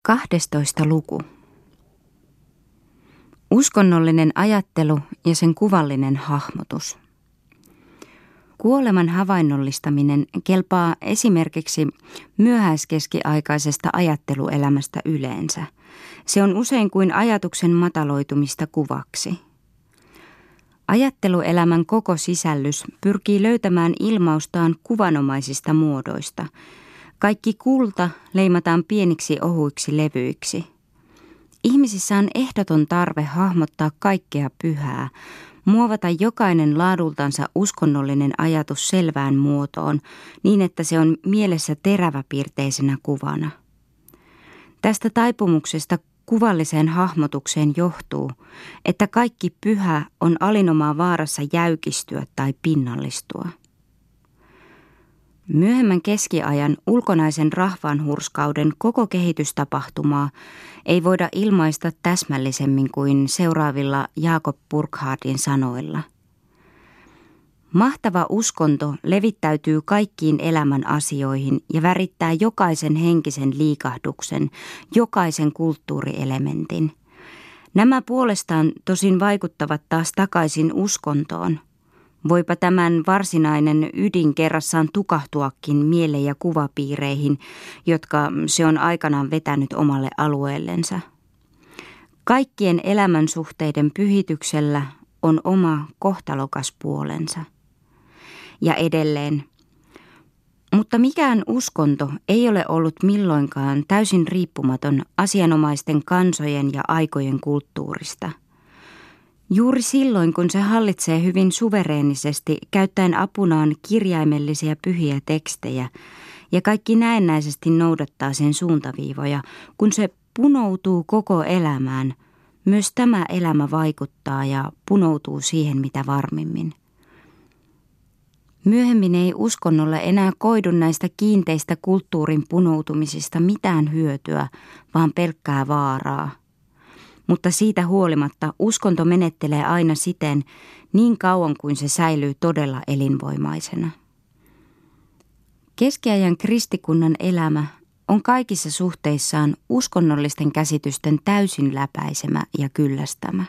12. luku. Uskonnollinen ajattelu ja sen kuvallinen hahmotus. Kuoleman havainnollistaminen kelpaa esimerkiksi myöhäiskeskiaikaisesta ajatteluelämästä yleensä. Se on usein kuin ajatuksen mataloitumista kuvaksi. Ajatteluelämän koko sisällys pyrkii löytämään ilmaustaan kuvanomaisista muodoista. Kaikki kulta leimataan pieniksi ohuiksi levyiksi. Ihmisissä on ehdoton tarve hahmottaa kaikkea pyhää, muovata jokainen laadultansa uskonnollinen ajatus selvään muotoon niin, että se on mielessä teräväpiirteisenä kuvana. Tästä taipumuksesta kuvalliseen hahmotukseen johtuu, että kaikki pyhä on alinomaan vaarassa jäykistyä tai pinnallistua. Myöhemmän keskiajan ulkonaisen rahvanhurskauden koko kehitystapahtumaa ei voida ilmaista täsmällisemmin kuin seuraavilla Jakob Burckhartin sanoilla. Mahtava uskonto levittäytyy kaikkiin elämän asioihin ja värittää jokaisen henkisen liikahduksen, jokaisen kulttuurielementin. Nämä puolestaan tosin vaikuttavat taas takaisin uskontoon. Voipa tämän varsinainen ydin kerrassaan tukahtuakin miele- ja kuvapiireihin, jotka se on aikanaan vetänyt omalle alueellensa. Kaikkien elämänsuhteiden pyhityksellä on oma kohtalokas puolensa. Ja edelleen. Mutta mikään uskonto ei ole ollut milloinkaan täysin riippumaton asianomaisten kansojen ja aikojen kulttuurista. Juuri silloin, kun se hallitsee hyvin suvereenisesti käyttäen apunaan kirjaimellisia pyhiä tekstejä ja kaikki näennäisesti noudattaa sen suuntaviivoja, kun se punoutuu koko elämään, myös tämä elämä vaikuttaa ja punoutuu siihen mitä varmimmin. Myöhemmin ei uskonnolle enää koidu näistä kiinteistä kulttuurin punoutumisista mitään hyötyä, vaan pelkkää vaaraa. Mutta siitä huolimatta uskonto menettelee aina siten niin kauan kuin se säilyy todella elinvoimaisena. Keskiajan kristikunnan elämä on kaikissa suhteissaan uskonnollisten käsitysten täysin läpäisemä ja kyllästämä.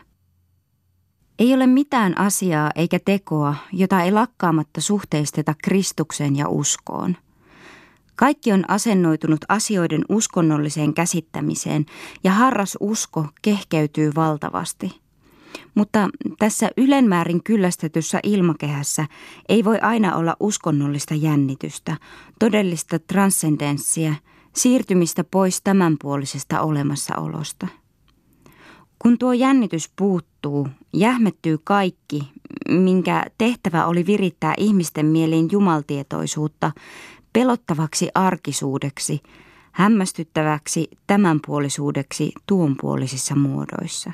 Ei ole mitään asiaa eikä tekoa, jota ei lakkaamatta suhteisteta Kristukseen ja uskoon. Kaikki on asennoitunut asioiden uskonnolliseen käsittämiseen ja harras usko kehkeytyy valtavasti. Mutta tässä ylenmäärin kyllästetyssä ilmakehässä ei voi aina olla uskonnollista jännitystä, todellista transcendenssia, siirtymistä pois tämänpuolisesta olemassaolosta. Kun tuo jännitys puuttuu, jähmettyy kaikki, minkä tehtävä oli virittää ihmisten mieliin jumaltietoisuutta, pelottavaksi arkisuudeksi, hämmästyttäväksi tämänpuolisuudeksi tuonpuolisissa muodoissa.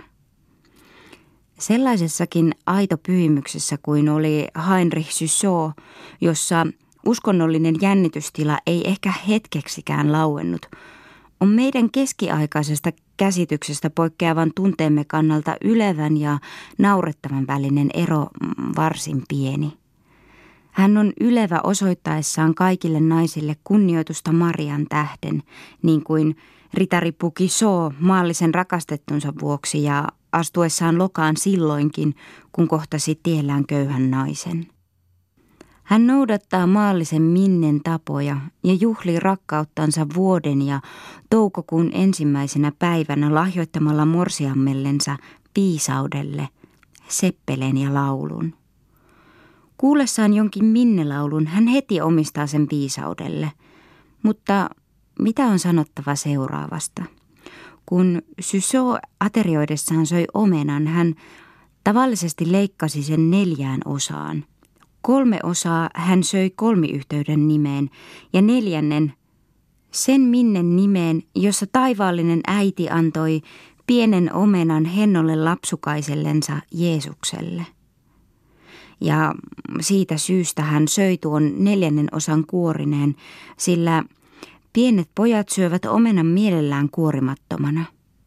Sellaisessakin aitopyhimyksessä kuin oli Heinrich Clouseau, jossa uskonnollinen jännitystila ei ehkä hetkeksikään lauennut, on meidän keskiaikaisesta käsityksestä poikkeavan tunteemme kannalta ylevän ja naurettavan välinen ero varsin pieni. Hän on ylevä osoittaessaan kaikille naisille kunnioitusta Marian tähden, niin kuin ritari Pukiso maallisen rakastettunsa vuoksi ja astuessaan lokaan silloinkin, kun kohtasi tiellään köyhän naisen. Hän noudattaa maallisen minnen tapoja ja juhlii rakkauttansa vuoden ja toukokuun ensimmäisenä päivänä lahjoittamalla morsiammellensa viisaudelle, seppeleen ja laulun. Kuullessaan jonkin minnelaulun hän heti omistaa sen viisaudelle, mutta mitä on sanottava seuraavasta? Kun Clouseau aterioidessaan söi omenan, hän tavallisesti leikkasi sen 4 osaan. 3 osaa hän söi kolmiyhteyden nimeen ja 4. sen minnen nimeen, jossa taivaallinen äiti antoi pienen omenan hennolle lapsukaisellensa Jeesukselle. Ja siitä syystä hän söi tuon 4. osan kuorineen, sillä pienet pojat syövät omenan mielellään kuorimattomana.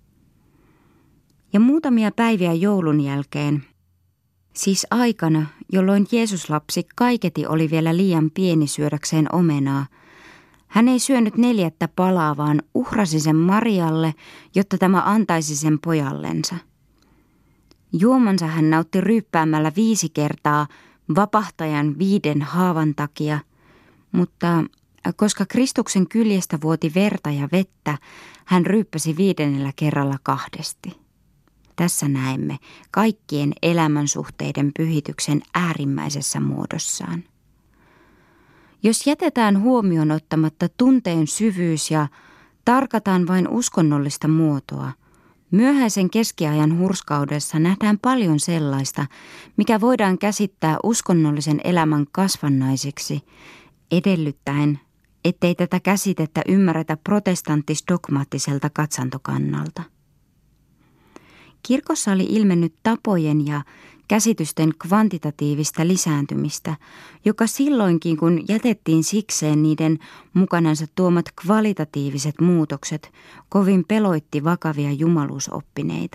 Ja muutamia päiviä joulun jälkeen, siis aikana, jolloin Jeesuslapsi kaiketi oli vielä liian pieni syödäkseen omenaa, Hän ei syönyt 4 palaa, vaan uhrasi sen Marialle, jotta tämä antaisi sen pojallensa. Juomansa hän nautti ryyppäämällä 5 kertaa vapahtajan 5 haavan takia, mutta koska Kristuksen kyljestä vuoti verta ja vettä, hän ryyppäsi 5. kerralla 2. Tässä näemme kaikkien elämänsuhteiden pyhityksen äärimmäisessä muodossaan. Jos jätetään huomioon ottamatta tunteen syvyys ja tarkataan vain uskonnollista muotoa, myöhäisen keskiajan hurskaudessa nähdään paljon sellaista, mikä voidaan käsittää uskonnollisen elämän kasvannaiseksi, edellyttäen, ettei tätä käsitettä ymmärretä protestanttis-dogmaattiselta katsantokannalta. Kirkossa oli ilmennyt tapojen ja käsitysten kvantitatiivista lisääntymistä, joka silloinkin kun jätettiin sikseen niiden mukanansa tuomat kvalitatiiviset muutokset, kovin peloitti vakavia jumaluusoppineita.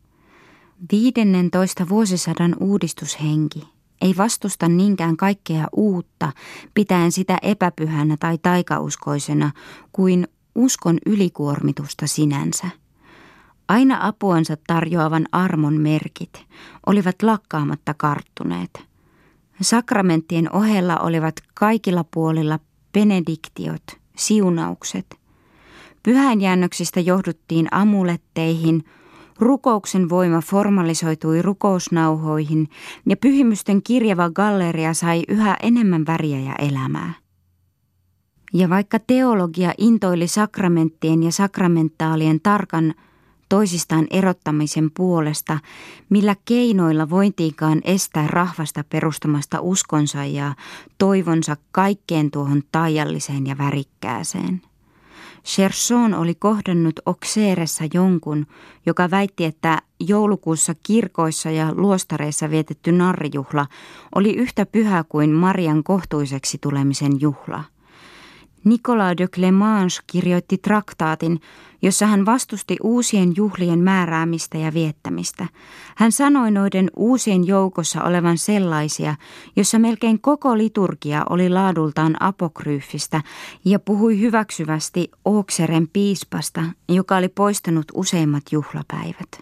15. vuosisadan uudistushenki ei vastusta niinkään kaikkea uutta, pitäen sitä epäpyhänä tai taikauskoisena kuin uskon ylikuormitusta sinänsä. Aina apuansa tarjoavan armon merkit olivat lakkaamatta karttuneet. Sakramenttien ohella olivat kaikilla puolilla benediktiot, siunaukset. Pyhäinjäännöksistä johduttiin amuletteihin, rukouksen voima formalisoitui rukousnauhoihin ja pyhimysten kirjava galleria sai yhä enemmän väriä ja elämää. Ja vaikka teologia intoili sakramenttien ja sakramentaalien tarkan toisistaan erottamisen puolesta, millä keinoilla vointiinkaan estää rahvasta perustamasta uskonsa ja toivonsa kaikkeen tuohon taialliseen ja värikkääseen. Cherson oli kohdannut Auxerressa jonkun, joka väitti, että joulukuussa kirkoissa ja luostareissa vietetty narrijuhla oli yhtä pyhä kuin Marian kohtuiseksi tulemisen juhla. Nicolas de Clemanche kirjoitti traktaatin, jossa hän vastusti uusien juhlien määräämistä ja viettämistä. Hän sanoi noiden uusien joukossa olevan sellaisia, jossa melkein koko liturgia oli laadultaan apokryyfistä ja puhui hyväksyvästi Auxerren piispasta, joka oli poistanut useimmat juhlapäivät.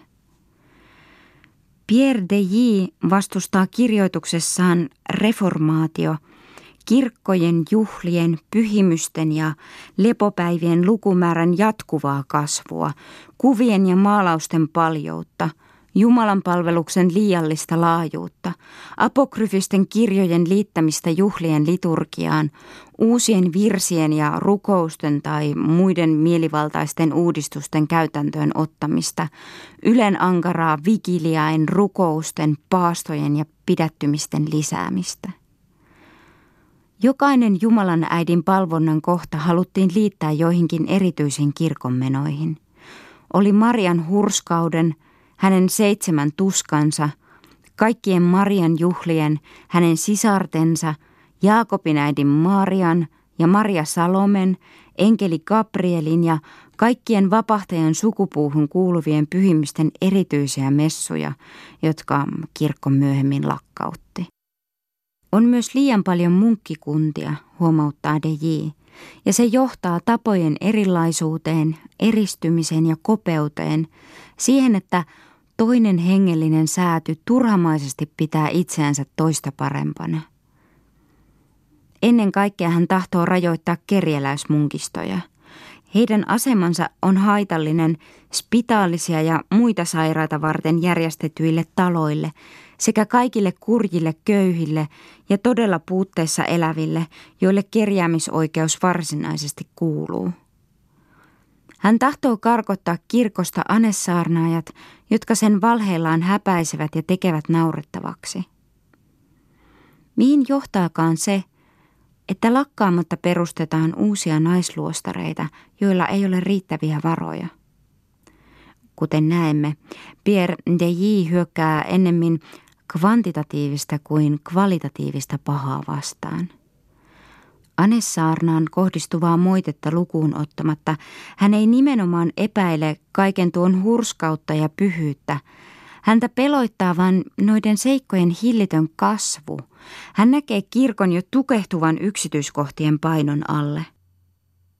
Pierre Deilly vastustaa kirjoituksessaan reformaatio, kirkkojen, juhlien, pyhimysten ja lepopäivien lukumäärän jatkuvaa kasvua, kuvien ja maalausten paljoutta, Jumalan palveluksen liiallista laajuutta, apokryfisten kirjojen liittämistä juhlien liturgiaan, uusien virsien ja rukousten tai muiden mielivaltaisten uudistusten käytäntöön ottamista, ylen ankaraa vigiliain, rukousten, paastojen ja pidättymisten lisäämistä. Jokainen Jumalan äidin palvonnan kohta haluttiin liittää joihinkin erityisiin kirkonmenoihin. Oli Marian hurskauden, hänen 7 tuskansa, kaikkien Marian juhlien, hänen sisartensa, Jaakobin äidin Marian ja Maria Salomen, enkeli Gabrielin ja kaikkien vapahtajan sukupuuhun kuuluvien pyhimysten erityisiä messuja, jotka kirkko myöhemmin lakkautti. On myös liian paljon munkkikuntia, huomauttaa Deilly, ja se johtaa tapojen erilaisuuteen, eristymiseen ja kopeuteen, siihen, että toinen hengellinen sääty turhamaisesti pitää itseänsä toista parempana. Ennen kaikkea hän tahtoo rajoittaa kerjäläismunkistoja. Heidän asemansa on haitallinen spitaalisia ja muita sairaita varten järjestetyille taloille sekä kaikille kurjille köyhille ja todella puutteessa eläville, joille kerjäämisoikeus varsinaisesti kuuluu. Hän tahtoo karkottaa kirkosta anessaarnaajat, jotka sen valheillaan häpäisevät ja tekevät naurettavaksi. Mihin johtaakaan se, että lakkaamatta perustetaan uusia naisluostareita, joilla ei ole riittäviä varoja? Kuten näemme, Pierre Deilly hyökkää ennemmin kvantitatiivista kuin kvalitatiivista pahaa vastaan. Anessaarnaan kohdistuvaa moitetta lukuun ottamatta hän ei nimenomaan epäile kaiken tuon hurskautta ja pyhyyttä. Häntä peloittaa vain noiden seikkojen hillitön kasvu. Hän näkee kirkon jo tukehtuvan yksityiskohtien painon alle.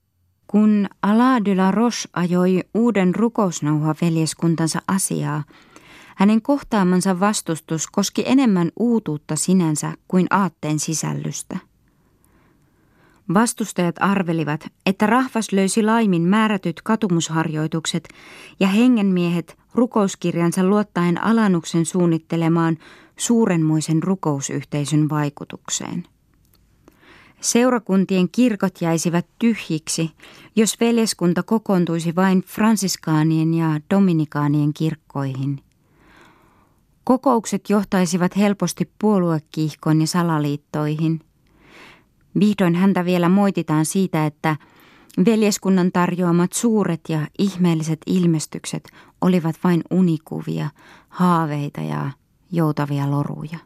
Kun Alain de la Roche ajoi uuden rukousnauha-veljeskuntansa asiaa, hänen kohtaamansa vastustus koski enemmän uutuutta sinänsä kuin aatteen sisällystä. Vastustajat arvelivat, että rahvas löysi laimin määrätyt katumusharjoitukset ja hengenmiehet rukouskirjansa luottaen Alanuksen suunnittelemaan suurenmoisen rukousyhteisön vaikutukseen. Seurakuntien kirkot jäisivät tyhjiksi, jos veljeskunta kokoontuisi vain fransiskaanien ja dominikaanien kirkkoihin. Kokoukset johtaisivat helposti puoluekiihkoon ja salaliittoihin. Vihdoin häntä vielä moititaan siitä, että veljeskunnan tarjoamat suuret ja ihmeelliset ilmestykset olivat vain unikuvia, haaveita ja joutavia loruja.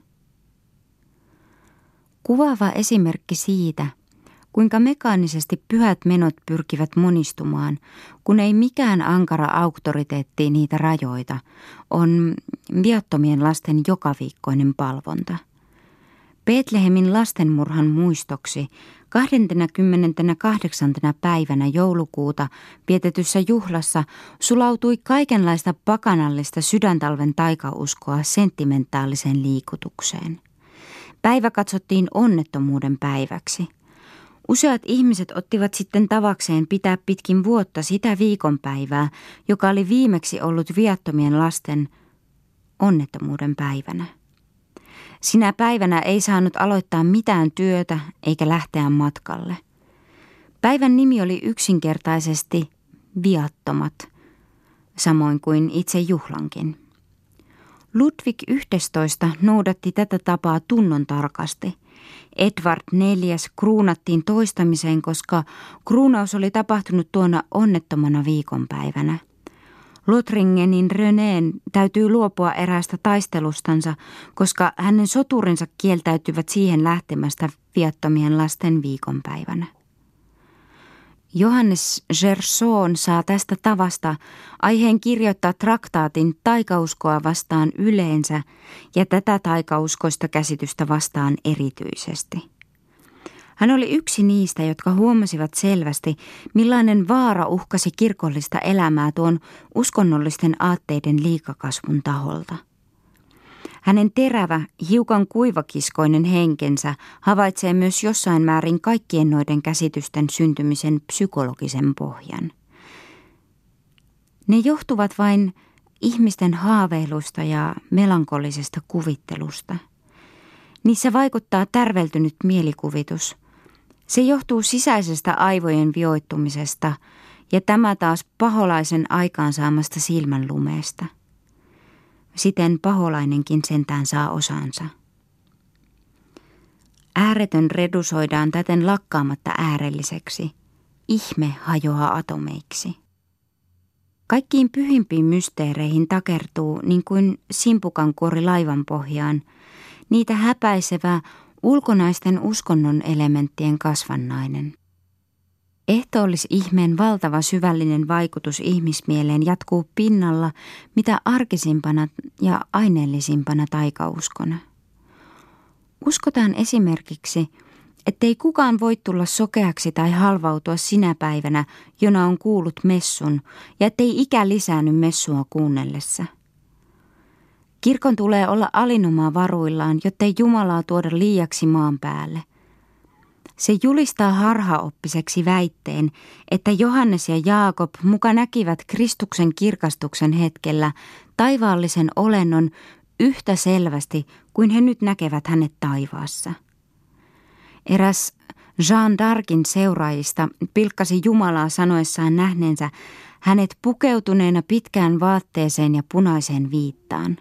Kuvaava esimerkki siitä, kuinka mekaanisesti pyhät menot pyrkivät monistumaan, kun ei mikään ankara auktoriteetti niitä rajoita, on viattomien lasten jokaviikkoinen palvonta. Betlehemin lastenmurhan muistoksi 28. päivänä joulukuuta vietetyssä juhlassa sulautui kaikenlaista pakanallista sydäntalven taikauskoa sentimentaaliseen liikutukseen. Päivä katsottiin onnettomuuden päiväksi. Useat ihmiset ottivat sitten tavakseen pitää pitkin vuotta sitä viikonpäivää, joka oli viimeksi ollut viattomien lasten onnettomuuden päivänä. Sinä päivänä ei saanut aloittaa mitään työtä eikä lähteä matkalle. Päivän nimi oli yksinkertaisesti viattomat, samoin kuin itse juhlankin. Ludwig XI noudatti tätä tapaa tunnon tarkasti. Edward IV kruunattiin toistamiseen, koska kruunaus oli tapahtunut tuona onnettomana viikonpäivänä. Lothringenin Renén täytyy luopua eräästä taistelustansa, koska hänen soturinsa kieltäytyvät siihen lähtemästä viattomien lasten viikonpäivänä. Johannes Gerson saa tästä tavasta aiheen kirjoittaa traktaatin taikauskoa vastaan yleensä ja tätä taikauskoista käsitystä vastaan erityisesti. Hän oli yksi niistä, jotka huomasivat selvästi, millainen vaara uhkasi kirkollista elämää tuon uskonnollisten aatteiden liikakasvun taholta. Hänen terävä, hiukan kuivakiskoinen henkensä havaitsee myös jossain määrin kaikkien noiden käsitysten syntymisen psykologisen pohjan. Ne johtuvat vain ihmisten haaveilusta ja melankolisesta kuvittelusta. Niissä vaikuttaa tärveltynyt mielikuvitus. Se johtuu sisäisestä aivojen vioittumisesta ja tämä taas paholaisen aikaansaamasta silmänlumeesta. Siten paholainenkin sentään saa osansa. Ääretön redusoidaan täten lakkaamatta äärelliseksi. Ihme hajoaa atomeiksi. Kaikkiin pyhimpiin mysteereihin takertuu, niin kuin simpukankuori laivan pohjaan, niitä häpäisevä ulkonaisten uskonnon elementtien kasvannainen. Ehtoollis-ihmeen valtava syvällinen vaikutus ihmismieleen jatkuu pinnalla mitä arkisimpana ja aineellisimpana taikauskona. Uskotaan esimerkiksi, ettei kukaan voi tulla sokeaksi tai halvautua sinä päivänä, jona on kuullut messun, ja ettei ikä lisäänny messua kuunnellessa. Kirkon tulee olla alinomaa varuillaan, jottei Jumalaa tuoda liiaksi maan päälle. Se julistaa harhaoppiseksi väitteen, että Johannes ja Jaakob muka näkivät Kristuksen kirkastuksen hetkellä taivaallisen olennon yhtä selvästi kuin he nyt näkevät hänet taivaassa. Eräs Jeanne d'Arcin seuraajista pilkkasi Jumalaa sanoessaan nähneensä hänet pukeutuneena pitkään vaatteeseen ja punaiseen viittaan.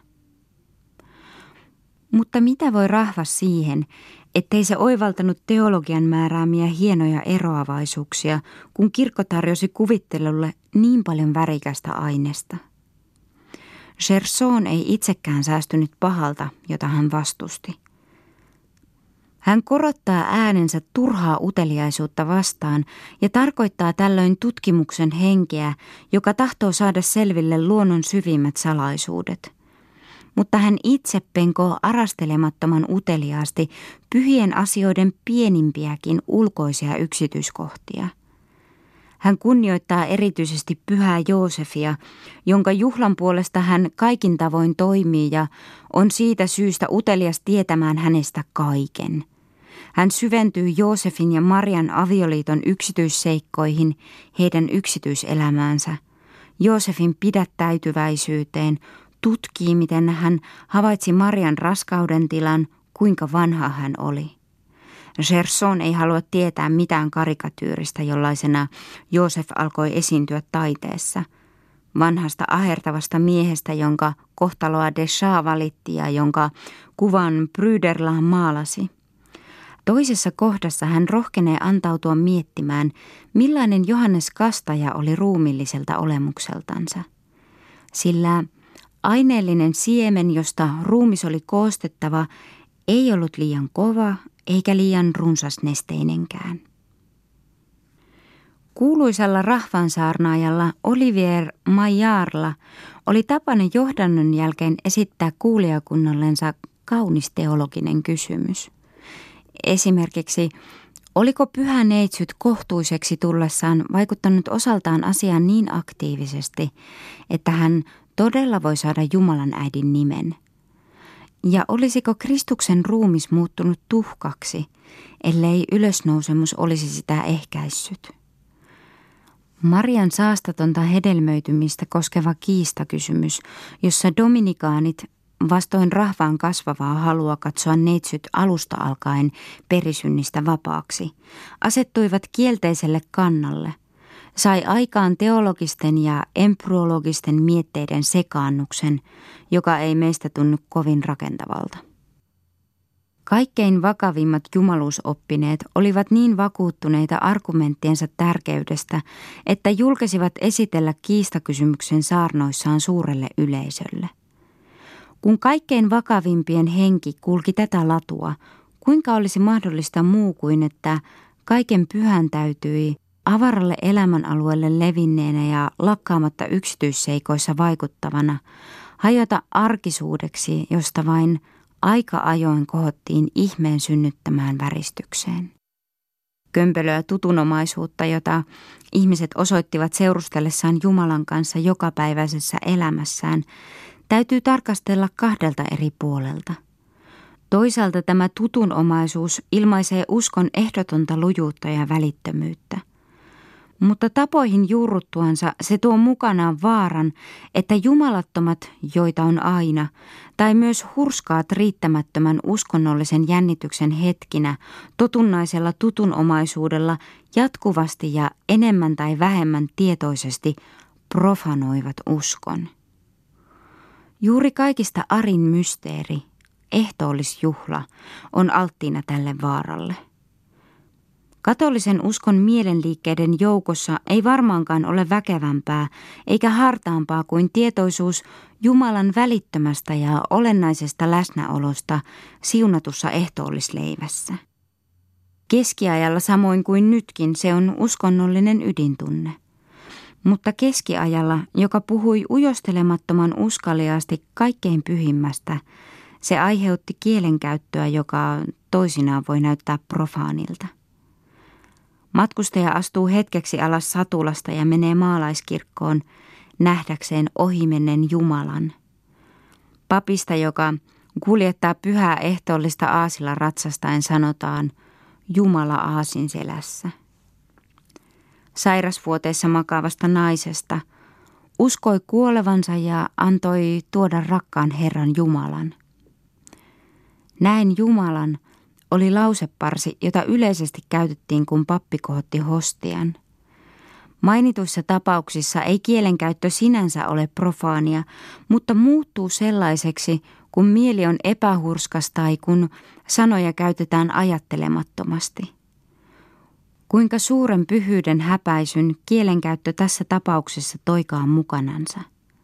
Mutta mitä voi rahvas siihen, ettei se oivaltanut teologian määräämiä hienoja eroavaisuuksia, kun kirkko tarjosi kuvittelulle niin paljon värikästä aineesta? Gerson ei itsekään säästynyt pahalta, jota hän vastusti. Hän korottaa äänensä turhaa uteliaisuutta vastaan ja tarkoittaa tällöin tutkimuksen henkeä, joka tahtoo saada selville luonnon syvimmät salaisuudet. Mutta hän itse penkoo arastelemattoman uteliaasti pyhien asioiden pienimpiäkin ulkoisia yksityiskohtia. Hän kunnioittaa erityisesti pyhää Joosefia, jonka juhlan puolesta hän kaikin tavoin toimii ja on siitä syystä utelias tietämään hänestä kaiken. Hän syventyy Joosefin ja Marian avioliiton yksityisseikkoihin, heidän yksityiselämäänsä, Joosefin pidättäytyväisyyteen, tutkii, miten hän havaitsi Marian raskauden tilan, kuinka vanha hän oli. Gerson ei halua tietää mitään karikatyyristä, jollaisena Joosef alkoi esiintyä taiteessa. Vanhasta ahertavasta miehestä, jonka kohtaloa Deschamps valitti ja jonka kuvan Brüderla maalasi. Toisessa kohdassa hän rohkenee antautua miettimään, millainen Johannes Kastaja oli ruumilliselta olemukseltansa. Sillä aineellinen siemen, josta ruumis oli koostettava, ei ollut liian kova eikä liian runsasnesteinenkään. Kuuluisalla rahvansaarnaajalla Olivier Maillardlla oli tapana johdannon jälkeen esittää kuulijakunnallensa kaunis teologinen kysymys. Esimerkiksi, oliko pyhä neitsyt kohtuiseksi tullessaan vaikuttanut osaltaan asiaan niin aktiivisesti, että hän todella voi saada Jumalan äidin nimen? Ja olisiko Kristuksen ruumis muuttunut tuhkaksi, ellei ylösnousemus olisi sitä ehkäissyt? Marian saastatonta hedelmöitymistä koskeva kiistakysymys, jossa dominikaanit vastoin rahvaan kasvavaa halua katsoa neitsyt alusta alkaen perisynnistä vapaaksi, asettuivat kielteiselle kannalle, sai aikaan teologisten ja empryologisten mietteiden sekaannuksen, joka ei meistä tunnu kovin rakentavalta. Kaikkein vakavimmat jumaluusoppineet olivat niin vakuuttuneita argumenttiensa tärkeydestä, että julkesivat esitellä kiistakysymyksen saarnoissaan suurelle yleisölle. Kun kaikkein vakavimpien henki kulki tätä latua, kuinka olisi mahdollista muu kuin, että kaiken pyhän täytyi avaralle elämänalueelle levinneenä ja lakkaamatta yksityisseikoissa vaikuttavana hajota arkisuudeksi, josta vain aika ajoin kohottiin ihmeen synnyttämään väristykseen. Kömpelöä tutunomaisuutta, jota ihmiset osoittivat seurustellessaan Jumalan kanssa jokapäiväisessä elämässään, täytyy tarkastella kahdelta eri puolelta. Toisaalta tämä tutunomaisuus ilmaisee uskon ehdotonta lujuutta ja välittömyyttä. Mutta tapoihin juurruttuansa se tuo mukanaan vaaran, että jumalattomat, joita on aina, tai myös hurskaat riittämättömän uskonnollisen jännityksen hetkinä, totunnaisella tutunomaisuudella jatkuvasti ja enemmän tai vähemmän tietoisesti profanoivat uskon. Juuri kaikista arin mysteeri, ehtoollisjuhla, on alttiina tälle vaaralle. Katolisen uskon mielenliikkeiden joukossa ei varmaankaan ole väkevämpää eikä hartaampaa kuin tietoisuus Jumalan välittömästä ja olennaisesta läsnäolosta siunatussa ehtoollisleivässä. Keskiajalla samoin kuin nytkin se on uskonnollinen ydintunne. Mutta keskiajalla, joka puhui ujostelemattoman uskaliaasti kaikkein pyhimmästä, se aiheutti kielenkäyttöä, joka toisinaan voi näyttää profaanilta. Matkustaja astuu hetkeksi alas satulasta ja menee maalaiskirkkoon nähdäkseen ohimennen Jumalan. Papista, joka kuljettaa pyhää ehtoollista aasilla ratsastaen, sanotaan Jumala aasin selässä. Sairasvuoteessa makaavasta naisesta uskoi kuolevansa ja antoi tuoda rakkaan Herran Jumalan. Näin Jumalan oli lauseparsi, jota yleisesti käytettiin, kun pappi kohotti hostian. Mainituissa tapauksissa ei kielenkäyttö sinänsä ole profaania, mutta muuttuu sellaiseksi, kun mieli on epähurskas tai kun sanoja käytetään ajattelemattomasti. Kuinka suuren pyhyyden häpäisyn kielenkäyttö tässä tapauksessa toikaan mukanansa.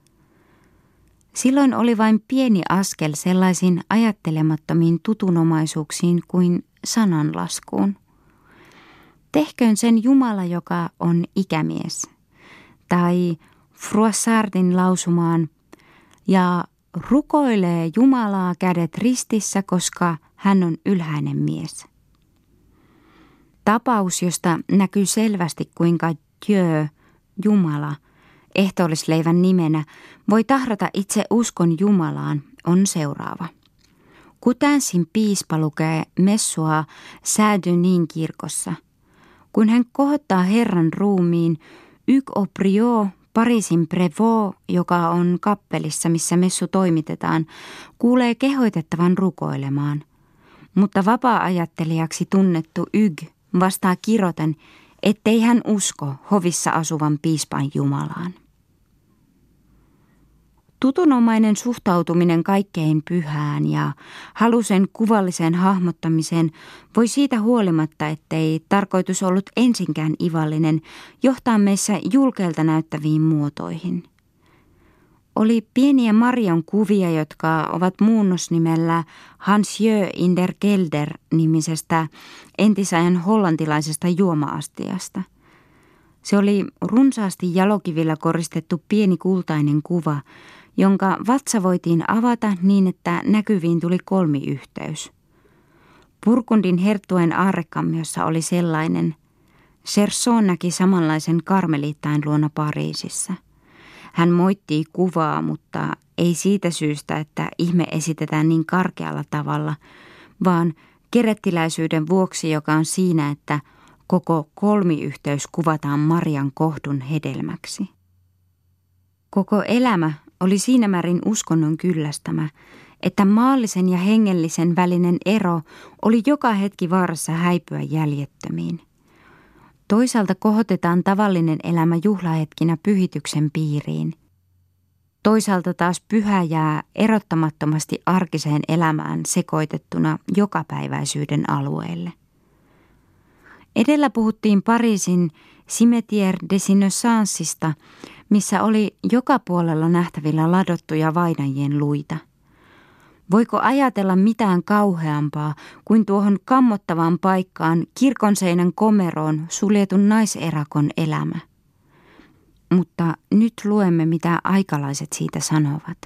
Silloin oli vain pieni askel sellaisiin ajattelemattomiin tutunomaisuuksiin kuin sananlaskuun. Tehköön sen Jumala, joka on ikämies, tai Froissardin lausumaan, ja rukoilee Jumalaa kädet ristissä, koska hän on ylhäinen mies. Tapaus, josta näkyy selvästi, kuinka Dieu, Jumala, ehtoollisleivän nimenä, voi tahrata itse uskon Jumalaan, on seuraava. Kutansin piispa lukee messua Saint-Denis kirkossa. Kun hän kohottaa Herran ruumiin, yk oprio Pariisin Prévost, joka on kappelissa, missä messu toimitetaan, kuulee kehoitettavan rukoilemaan. Mutta vapaa-ajattelijaksi tunnettu Yg vastaa kiroten, ettei hän usko hovissa asuvan piispan Jumalaan. Tutunomainen suhtautuminen kaikkein pyhään ja halu sen kuvalliseen hahmottamiseen voi siitä huolimatta, ettei tarkoitus ollut ensinkään ivallinen, johtaa meissä julkeilta näyttäviin muotoihin. Oli pieniä Marion kuvia, jotka ovat muunnosnimellä Hansjö in der Kelder -nimisestä entisajan hollantilaisesta juoma-astiasta. Se oli runsaasti jalokivillä koristettu pieni kultainen kuva, jonka vatsa voitiin avata niin, että näkyviin tuli kolmiyhteys. Burgundin herttueen aarrekammiossa oli sellainen. Cherson näki samanlaisen karmeliittain luona Pariisissa. Hän moittii kuvaa, mutta ei siitä syystä, että ihme esitetään niin karkealla tavalla, vaan kerettiläisyyden vuoksi, joka on siinä, että koko kolmiyhteys kuvataan Marian kohdun hedelmäksi. Koko elämä oli siinä määrin uskonnon kyllästämä, että maallisen ja hengellisen välinen ero oli joka hetki vaarassa häipyä jäljettömiin. Toisaalta kohotetaan tavallinen elämä juhlahetkinä pyhityksen piiriin. Toisaalta taas pyhä jää erottamattomasti arkiseen elämään sekoitettuna jokapäiväisyyden alueelle. Edellä puhuttiin Pariisin Cimetière des Innocentsista, missä oli joka puolella nähtävillä ladottuja vainajien luita. Voiko ajatella mitään kauheampaa kuin tuohon kammottavaan paikkaan kirkonseinän komeroon suljetun naiserakon elämä? Mutta nyt luemme, mitä aikalaiset siitä sanovat.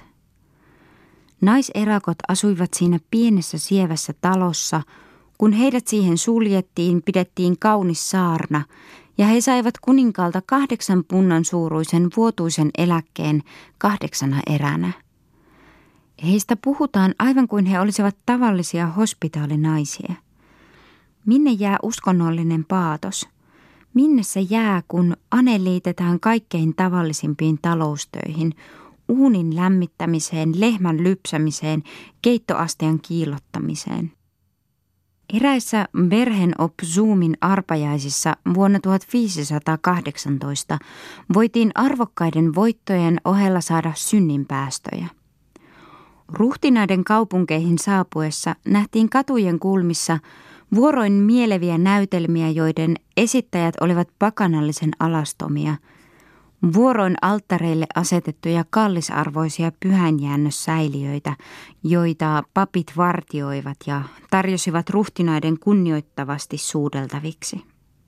Naiserakot asuivat siinä pienessä sievässä talossa. Kun heidät siihen suljettiin, pidettiin kaunis saarna, ja he saivat kuninkaalta 8 punnan suuruisen vuotuisen eläkkeen 8 eränä. Heistä puhutaan aivan kuin he olisivat tavallisia hospitaalinaisia. Minne jää uskonnollinen paatos? Minne se jää, kun ane liitetään kaikkein tavallisimpiin taloustöihin, uunin lämmittämiseen, lehmän lypsämiseen, keittoastian kiillottamiseen? Eräissä Bergen op Zoomin arpajaisissa vuonna 1518 voitiin arvokkaiden voittojen ohella saada synninpäästöjä. Ruhtinaiden kaupunkeihin saapuessa nähtiin katujen kulmissa vuoroin mieleviä näytelmiä, joiden esittäjät olivat pakanallisen alastomia, vuoroin alttareille asetettuja kallisarvoisia pyhänjäännössäiliöitä, joita papit vartioivat ja tarjosivat ruhtinaiden kunnioittavasti suudeltaviksi.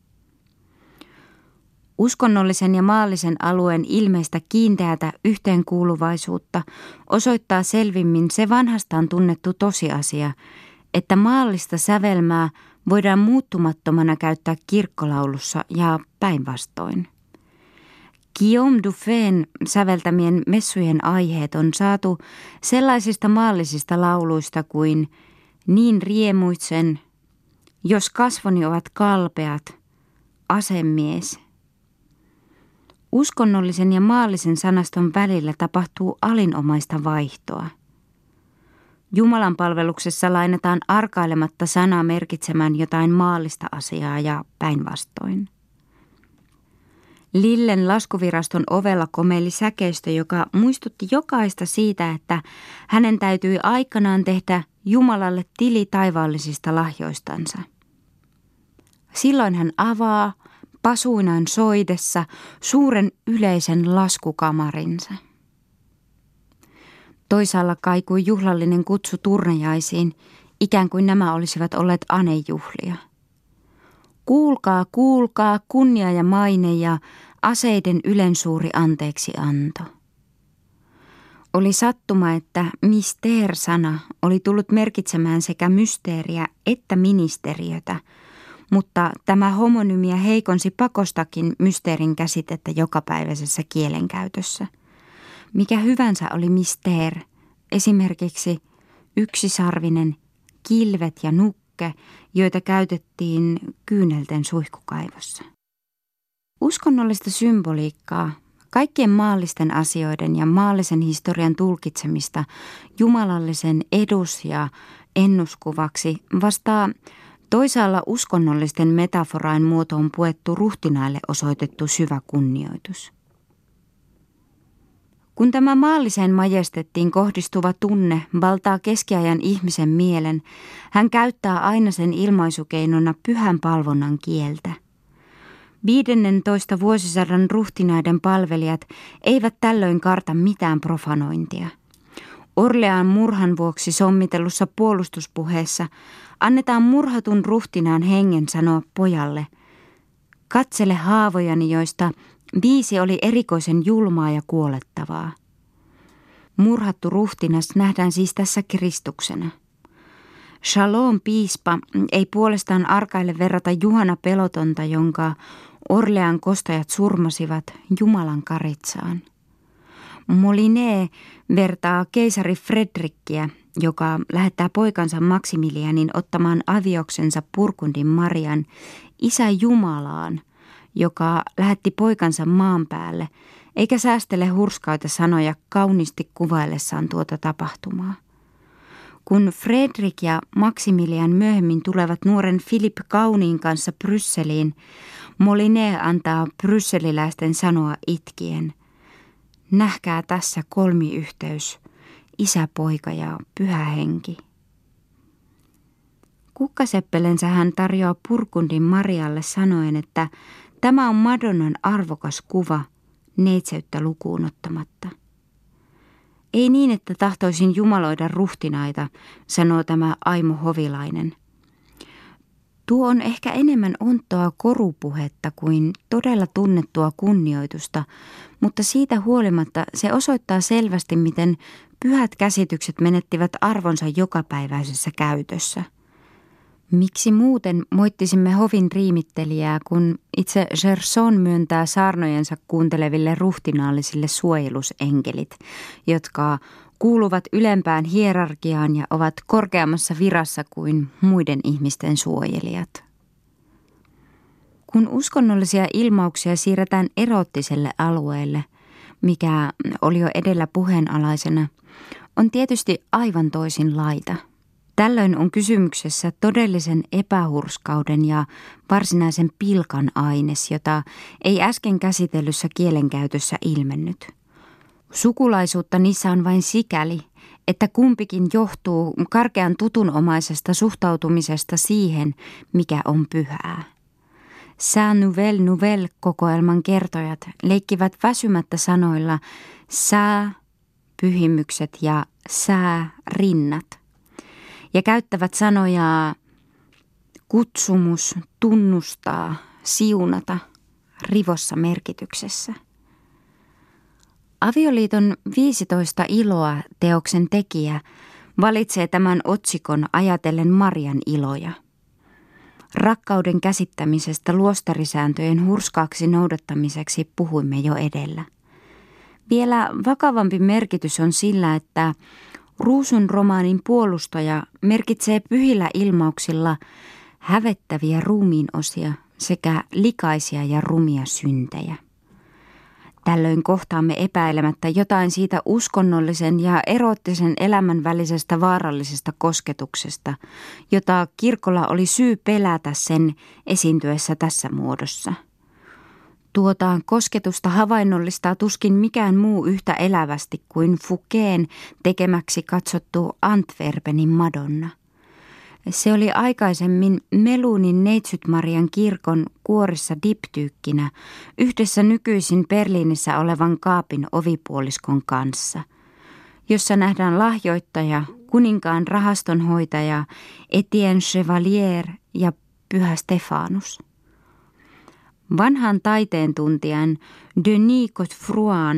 Uskonnollisen ja maallisen alueen ilmeistä kiinteätä yhteenkuuluvaisuutta osoittaa selvimmin se vanhastaan tunnettu tosiasia, että maallista sävelmää voidaan muuttumattomana käyttää kirkkolaulussa ja päinvastoin. Guillaume Dufresne säveltämien messujen aiheet on saatu sellaisista maallisista lauluista kuin Niin riemuitsen, Jos kasvoni ovat kalpeat, Asemies. Uskonnollisen ja maallisen sanaston välillä tapahtuu alinomaista vaihtoa. Jumalan palveluksessa lainataan arkailematta sanaa merkitsemään jotain maallista asiaa ja päinvastoin. Lillen laskuviraston ovella komeili säkeistö, joka muistutti jokaista siitä, että hänen täytyi aikanaan tehdä Jumalalle tili taivaallisista lahjoistansa. Silloin hän avaa pasuinaan soidessa suuren yleisen laskukamarinsa. Toisaalla kaikui juhlallinen kutsu turnajaisiin, ikään kuin nämä olisivat olleet anejuhlia. Kuulkaa, kuulkaa, kunnia ja maine ja aseiden ylensuuri anteeksianto. Oli sattuma, että mystère-sana oli tullut merkitsemään sekä mysteeriä että ministeriötä, mutta tämä homonymia heikonsi pakostakin mysteerin käsitettä jokapäiväisessä kielenkäytössä. Mikä hyvänsä oli mystère, esimerkiksi yksisarvinen, kilvet ja nukke, joita käytettiin kyynelten suihkukaivossa. Uskonnollista symboliikkaa, kaikkien maallisten asioiden ja maallisen historian tulkitsemista jumalallisen edus- ja ennuskuvaksi vastaa toisaalla uskonnollisten metaforain muotoon puettu ruhtinaille osoitettu syvä kunnioitus. Kun tämä maalliseen majestettiin kohdistuva tunne valtaa keskiajan ihmisen mielen, hän käyttää aina sen ilmaisukeinona pyhän palvonnan kieltä. 15. vuosisadan ruhtinaiden palvelijat eivät tällöin karta mitään profanointia. Orlean murhan vuoksi sommitellussa puolustuspuheessa annetaan murhatun ruhtinaan hengen sanoa pojalle: katsele haavojani, joista 5 oli erikoisen julmaa ja kuolettavaa. Murhattu ruhtinas nähdään siis tässä Kristuksena. Shalom piispa ei puolestaan arkaille verrata Juhana Pelotonta, jonka Orlean kostajat surmasivat Jumalan karitsaan. Moliné vertaa keisari Fredrikkiä, joka lähettää poikansa Maximilianin ottamaan avioksensa Burgundin Marian, isä Jumalaan, joka lähetti poikansa maan päälle, eikä säästele hurskaita sanoja kauniisti kuvaillessaan tuota tapahtumaa. Kun Fredrik ja Maximilian myöhemmin tulevat nuoren Philip Kauniin kanssa Brysseliin, Moliné antaa brysseliläisten sanoa itkien: nähkää tässä kolmiyhteys, isä, poika ja pyhä henki. Kukkaseppelensä hän tarjoaa Burgundin Marialle sanoen, että tämä on Madonnan arvokas kuva, neitseyttä lukuun ottamatta. Ei niin, että tahtoisin jumaloida ruhtinaita, sanoo tämä Aimo Hovilainen. Tuo on ehkä enemmän onttoa korupuhetta kuin todella tunnettua kunnioitusta, mutta siitä huolimatta se osoittaa selvästi, miten pyhät käsitykset menettivät arvonsa jokapäiväisessä käytössä. Miksi muuten moittisimme hovin riimittelijää, kun itse Gerson myöntää saarnojensa kuunteleville ruhtinaallisille suojelusenkelit, jotka kuuluvat ylempään hierarkiaan ja ovat korkeammassa virassa kuin muiden ihmisten suojelijat. Kun uskonnollisia ilmauksia siirretään eroottiselle alueelle, mikä oli jo edellä puheenalaisena, on tietysti aivan toisin laita. Tällöin on kysymyksessä todellisen epähurskauden ja varsinaisen pilkan aines, jota ei äsken käsitellyssä kielenkäytössä ilmennyt. Sukulaisuutta niissä on vain sikäli, että kumpikin johtuu karkean tutunomaisesta suhtautumisesta siihen, mikä on pyhää. Sää Nouvelle kokoelman kertojat leikkivät väsymättä sanoilla sää, pyhimykset ja sää, rinnat. Ja käyttävät sanoja kutsumus, tunnustaa, siunata rivossa merkityksessä. Avioliiton 15 iloa teoksen tekijä valitsee tämän otsikon ajatellen Marian iloja. Rakkauden käsittämisestä luostarisääntöjen hurskaaksi noudattamiseksi puhuimme jo edellä. Vielä vakavampi merkitys on sillä, että Ruusun romaanin puolustaja merkitsee pyhillä ilmauksilla hävettäviä ruumiinosia sekä likaisia ja rumia syntejä. Tällöin kohtaamme epäilemättä jotain siitä uskonnollisen ja eroottisen elämän välisestä vaarallisesta kosketuksesta, jota kirkolla oli syy pelätä sen esiintyessä tässä muodossa. Tuota kosketusta havainnollistaa tuskin mikään muu yhtä elävästi kuin Fouquén tekemäksi katsottu Antwerpenin Madonna. Se oli aikaisemmin Melunin Neitsyt-Marian kirkon kuorissa diptyykkinä yhdessä nykyisin Berliinissä olevan kaapin ovipuoliskon kanssa, jossa nähdään lahjoittaja, kuninkaan rahastonhoitaja Etienne Chevalier ja pyhä Stefanus. Vanhan taiteen tuntijan Denis Godefroin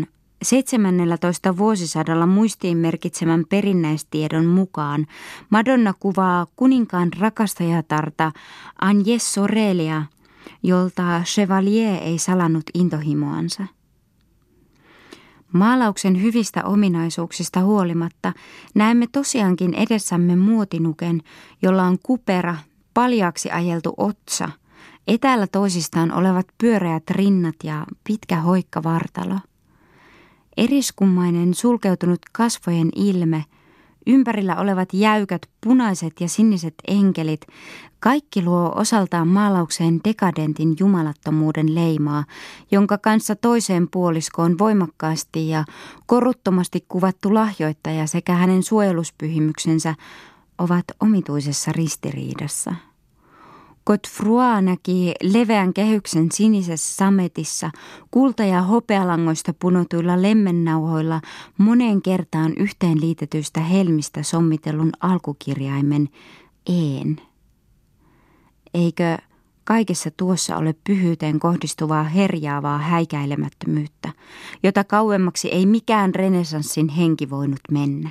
17. vuosisadalla muistiin merkitsemän perinnäistiedon mukaan Madonna kuvaa kuninkaan rakastajatarta Agnès Sorelia, jolta Chevalier ei salannut intohimoansa. Maalauksen hyvistä ominaisuuksista huolimatta näemme tosiaankin edessämme muotinuken, jolla on kupera, paljaaksi ajeltu otsa, etäällä toisistaan olevat pyöreät rinnat ja pitkä hoikka vartalo. Eriskummainen sulkeutunut kasvojen ilme, ympärillä olevat jäykät punaiset ja siniset enkelit, kaikki luo osaltaan maalaukseen dekadentin jumalattomuuden leimaa, jonka kanssa toiseen puoliskoon voimakkaasti ja koruttomasti kuvattu lahjoittaja sekä hänen suojeluspyhimyksensä ovat omituisessa ristiriidassa. Godefroy näki leveän kehyksen sinisessä sametissa, kulta- ja hopealangoista punotuilla lemmennauhoilla moneen kertaan yhteenliitetyistä helmistä sommitellun alkukirjaimen een. Eikö kaikessa tuossa ole pyhyyteen kohdistuvaa herjaavaa häikäilemättömyyttä, jota kauemmaksi ei mikään renessanssin henki voinut mennä?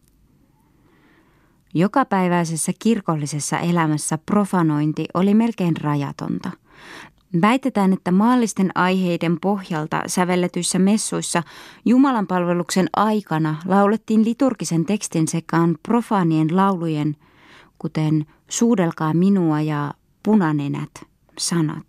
Jokapäiväisessä kirkollisessa elämässä profanointi oli melkein rajatonta. Väitetään, että maallisten aiheiden pohjalta sävelletyissä messuissa jumalanpalveluksen aikana laulettiin liturgisen tekstin sekaan profaanien laulujen, kuten Suudelkaa minua ja Punanenät, sanat.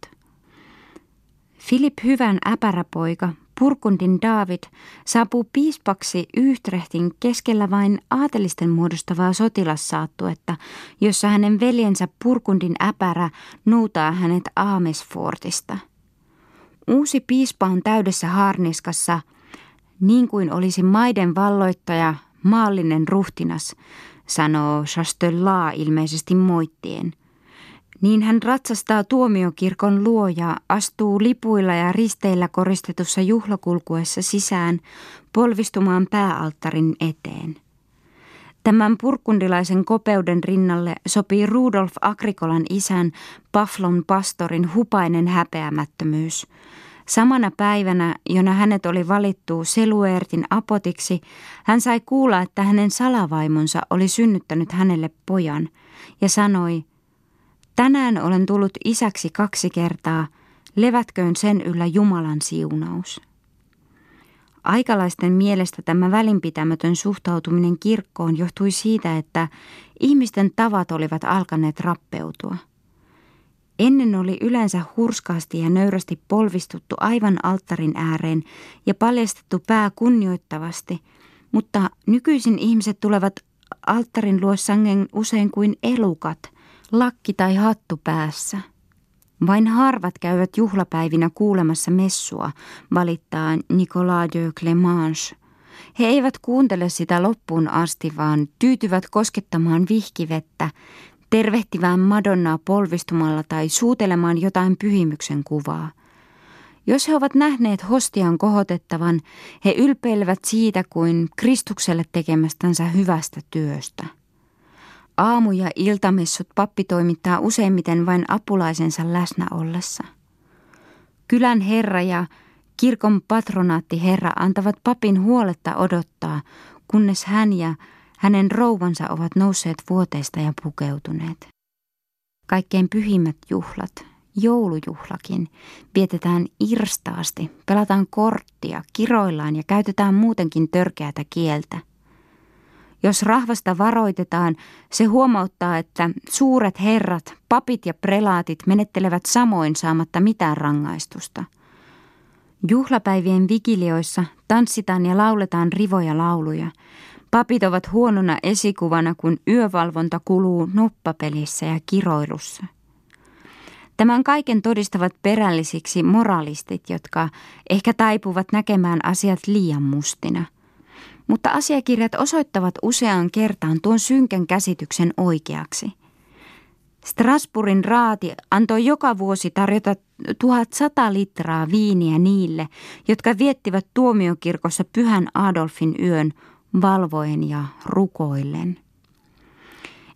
Philip Hyvän äpäräpoika, Burgundin David, saapuu piispaksi Utrechtin keskellä vain aatelisten muodostavaa sotilassaattuetta, jossa hänen veljensä Burgundin äpärä noutaa hänet Amersfoortista. Uusi piispa on täydessä haarniskassa, niin kuin olisi maiden valloittaja, maallinen ruhtinas, sanoo Chastelat ilmeisesti moittien. Niin hän ratsastaa tuomiokirkon luo ja astuu lipuilla ja risteillä koristetussa juhlakulkuessa sisään polvistumaan pääalttarin eteen. Tämän burgundilaisen kopeuden rinnalle sopii Rudolf Agrikolan isän Paflon pastorin hupainen häpeämättömyys. Samana päivänä, jona hänet oli valittu Seluertin apotiksi, hän sai kuulla, että hänen salavaimonsa oli synnyttänyt hänelle pojan ja sanoi: tänään olen tullut isäksi 2 kertaa, levätköön sen yllä Jumalan siunaus. Aikalaisten mielestä tämä välinpitämätön suhtautuminen kirkkoon johtui siitä, että ihmisten tavat olivat alkaneet rappeutua. Ennen oli yleensä hurskaasti ja nöyrästi polvistuttu aivan alttarin ääreen ja paljastettu pää kunnioittavasti, mutta nykyisin ihmiset tulevat alttarin luo sangen usein kuin elukat, lakki tai hattu päässä. Vain harvat käyvät juhlapäivinä kuulemassa messua, valittaa Nicolas de Clemanche. He eivät kuuntele sitä loppuun asti, vaan tyytyvät koskettamaan vihkivettä, tervehtivään Madonnaa polvistumalla tai suutelemaan jotain pyhimyksen kuvaa. Jos he ovat nähneet hostian kohotettavan, he ylpeilevät siitä kuin Kristukselle tekemästänsä hyvästä työstä. Aamu- ja iltamessut pappi toimittaa useimmiten vain apulaisensa läsnä ollessa. Kylän herra ja kirkon patronaattiherra antavat papin huoletta odottaa, kunnes hän ja hänen rouvansa ovat nousseet vuoteesta ja pukeutuneet. Kaikkein pyhimmät juhlat, joulujuhlakin, vietetään irstaasti, pelataan korttia, kiroillaan ja käytetään muutenkin törkeätä kieltä. Jos rahvasta varoitetaan, se huomauttaa, että suuret herrat, papit ja prelaatit menettelevät samoin saamatta mitään rangaistusta. Juhlapäivien vigilioissa tanssitaan ja lauletaan rivoja lauluja. Papit ovat huonona esikuvana, kun yövalvonta kuluu noppapelissä ja kiroilussa. Tämän kaiken todistavat perällisiksi moralistit, jotka ehkä taipuvat näkemään asiat liian mustina. Mutta asiakirjat osoittavat useaan kertaan tuon synkän käsityksen oikeaksi. Strasbourgin raati antoi joka vuosi tarjota 1100 litraa viiniä niille, jotka viettivät tuomiokirkossa Pyhän Adolfin yön valvoen ja rukoillen.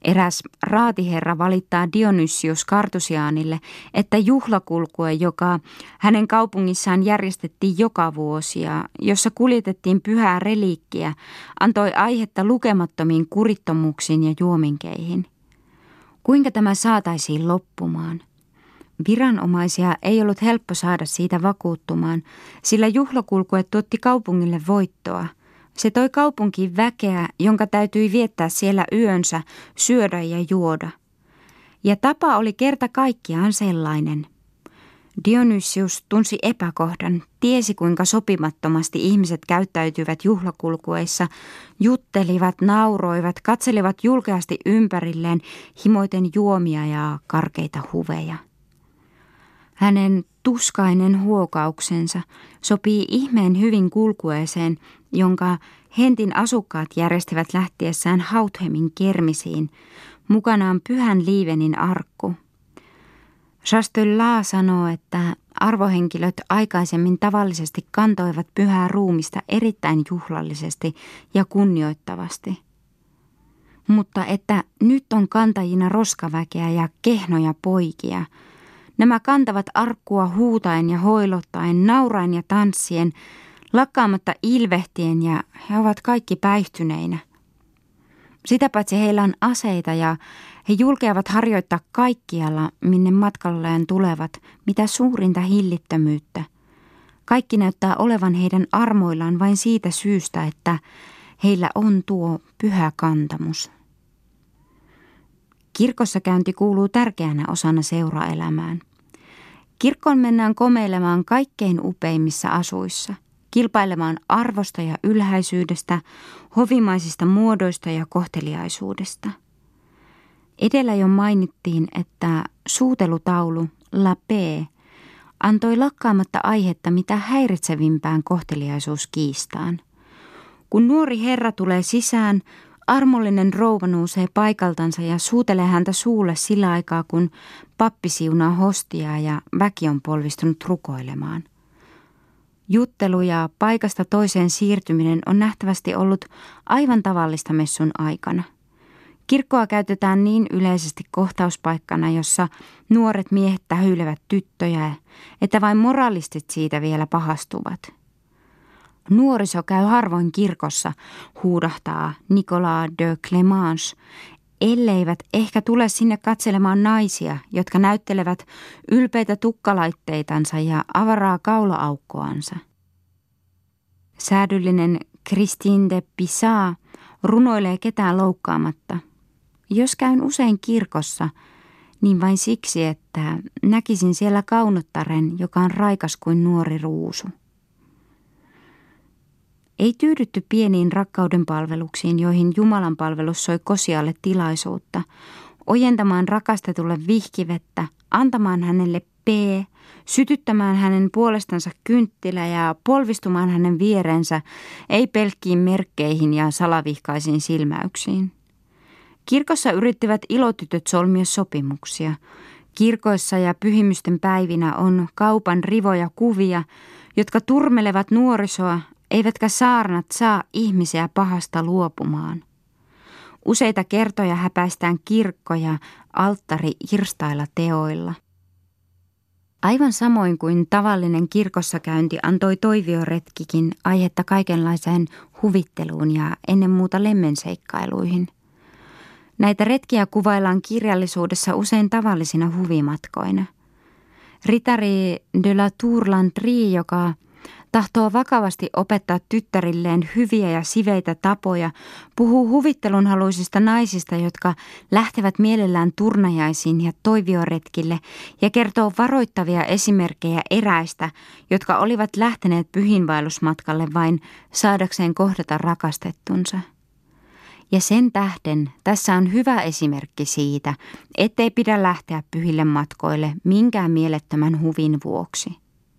Eräs raatiherra valittaa Dionysius Kartusiaanille, että juhlakulkue, joka hänen kaupungissaan järjestettiin joka vuosi ja jossa kuljetettiin pyhää reliikkiä, antoi aihetta lukemattomiin kurittomuuksiin ja juominkeihin. Kuinka tämä saataisiin loppumaan? Viranomaisia ei ollut helppo saada siitä vakuuttumaan, sillä juhlakulkue tuotti kaupungille voittoa. Se toi kaupunkiin väkeä, jonka täytyi viettää siellä yönsä, syödä ja juoda. Ja tapa oli kerta kaikkiaan sellainen. Dionysius tunsi epäkohdan, tiesi kuinka sopimattomasti ihmiset käyttäytyivät juhlakulkueissa, juttelivat, nauroivat, katselivat julkeasti ympärilleen, himoiten juomia ja karkeita huveja. Hänen tuskainen huokauksensa sopii ihmeen hyvin kulkueeseen, jonka Hentin asukkaat järjestivät lähtiessään Hauthemin kermisiin, mukanaan pyhän liivenin arkku. Chastellain sanoo, että arvohenkilöt aikaisemmin tavallisesti kantoivat pyhää ruumista erittäin juhlallisesti ja kunnioittavasti. Mutta että nyt on kantajina roskaväkeä ja kehnoja poikia. Nämä kantavat arkkua huutaen ja hoilottaen, nauraen ja tanssien, lakkaamatta ilvehtien ja he ovat kaikki päihtyneinä. Sitä paitsi heillä on aseita ja he julkeavat harjoittaa kaikkialla, minne matkalleen tulevat, mitä suurinta hillittömyyttä. Kaikki näyttää olevan heidän armoillaan vain siitä syystä, että heillä on tuo pyhä kantamus. Kirkossa käynti kuuluu tärkeänä osana seuraelämään. Kirkkoon mennään komeilemaan kaikkein upeimmissa asuissa, kilpailemaan arvosta ja ylhäisyydestä, hovimaisista muodoista ja kohteliaisuudesta. Edellä jo mainittiin, että suutelutaulu La Paix antoi lakkaamatta aihetta mitä häiritsevimpään kohteliaisuuskiistaan. Kun nuori herra tulee sisään, armollinen rouva nousee paikaltansa ja suutelee häntä suulle sillä aikaa, kun pappi siunaa hostiaa ja väki on polvistunut rukoilemaan. Juttelu ja paikasta toiseen siirtyminen on nähtävästi ollut aivan tavallista messun aikana. Kirkkoa käytetään niin yleisesti kohtauspaikkana, jossa nuoret miehet tähyilevät tyttöjä, että vain moralistit siitä vielä pahastuvat. Nuoriso käy harvoin kirkossa, huudahtaa Nicolas de Clemence, elleivät ehkä tule sinne katselemaan naisia, jotka näyttelevät ylpeitä tukkalaitteitansa ja avaraa kaula-aukkoansa. Säädyllinen Christine de Pissat runoilee ketään loukkaamatta. Jos käyn usein kirkossa, niin vain siksi, että näkisin siellä kaunottaren, joka on raikas kuin nuori ruusu. Ei tyydytty pieniin rakkauden palveluksiin, joihin Jumalan palvelus soi Kosialle tilaisuutta, ojentamaan rakastetulle vihkivettä, antamaan hänelle sytyttämään hänen puolestansa kynttilä ja polvistumaan hänen vierensä, ei pelkkiin merkkeihin ja salavihkaisiin silmäyksiin. Kirkossa yrittivät ilotytöt solmia sopimuksia. Kirkoissa ja pyhimysten päivinä on kaupan rivoja kuvia, jotka turmelevat nuorisoa, eivätkä saarnat saa ihmisiä pahasta luopumaan. Useita kertoja häpäistään kirkkoja alttari irstailla teoilla. Aivan samoin kuin tavallinen kirkossakäynti antoi toivioretkikin aihetta kaikenlaiseen huvitteluun ja ennen muuta lemmenseikkailuihin. Näitä retkiä kuvaillaan kirjallisuudessa usein tavallisina huvimatkoina. Ritari de la Tour Landry, joka tahtoo vakavasti opettaa tyttärilleen hyviä ja siveitä tapoja, puhuu huvittelunhaluisista naisista, jotka lähtevät mielellään turnajaisiin ja toivioretkille ja kertoo varoittavia esimerkkejä eräistä, jotka olivat lähteneet pyhinvaellusmatkalle vain saadakseen kohdata rakastettunsa. Ja sen tähden tässä on hyvä esimerkki siitä, ettei pidä lähteä pyhille matkoille minkään mielettömän huvin vuoksi.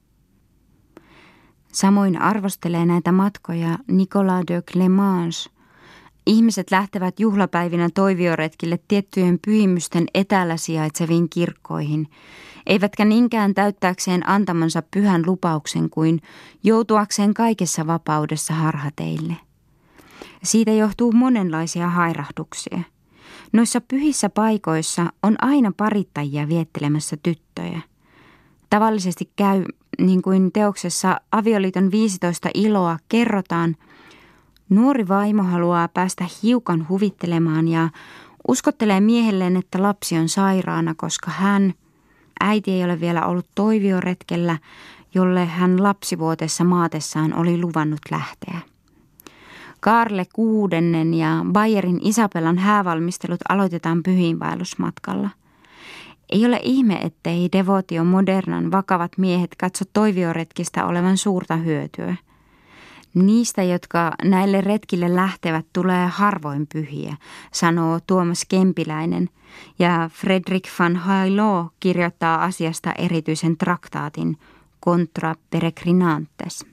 Samoin arvostelee näitä matkoja Nicolas de Clemence. Ihmiset lähtevät juhlapäivinä toivioretkille tiettyjen pyhimysten etäällä sijaitseviin kirkkoihin, eivätkä niinkään täyttääkseen antamansa pyhän lupauksen kuin joutuakseen kaikessa vapaudessa harhateille. Siitä johtuu monenlaisia hairahduksia. Noissa pyhissä paikoissa on aina parittajia viettelemässä tyttöjä. Tavallisesti käy, niin kuin teoksessa Avioliiton 15 iloa kerrotaan, nuori vaimo haluaa päästä hiukan huvittelemaan ja uskottelee miehelleen, että lapsi on sairaana, koska äiti ei ole vielä ollut toivioretkellä, jolle hän lapsivuotessa maatessaan oli luvannut lähteä. Kaarle VI ja Bayerin Isabellan häävalmistelut aloitetaan pyhiinvaellusmatkalla. Ei ole ihme, ettei Devotio Modernan vakavat miehet katso toivioretkistä olevan suurta hyötyä. Niistä, jotka näille retkille lähtevät, tulee harvoin pyhiä, sanoo Tuomas Kempiläinen, ja Fredrik van Hailoo kirjoittaa asiasta erityisen traktaatin Contra Peregrinantes.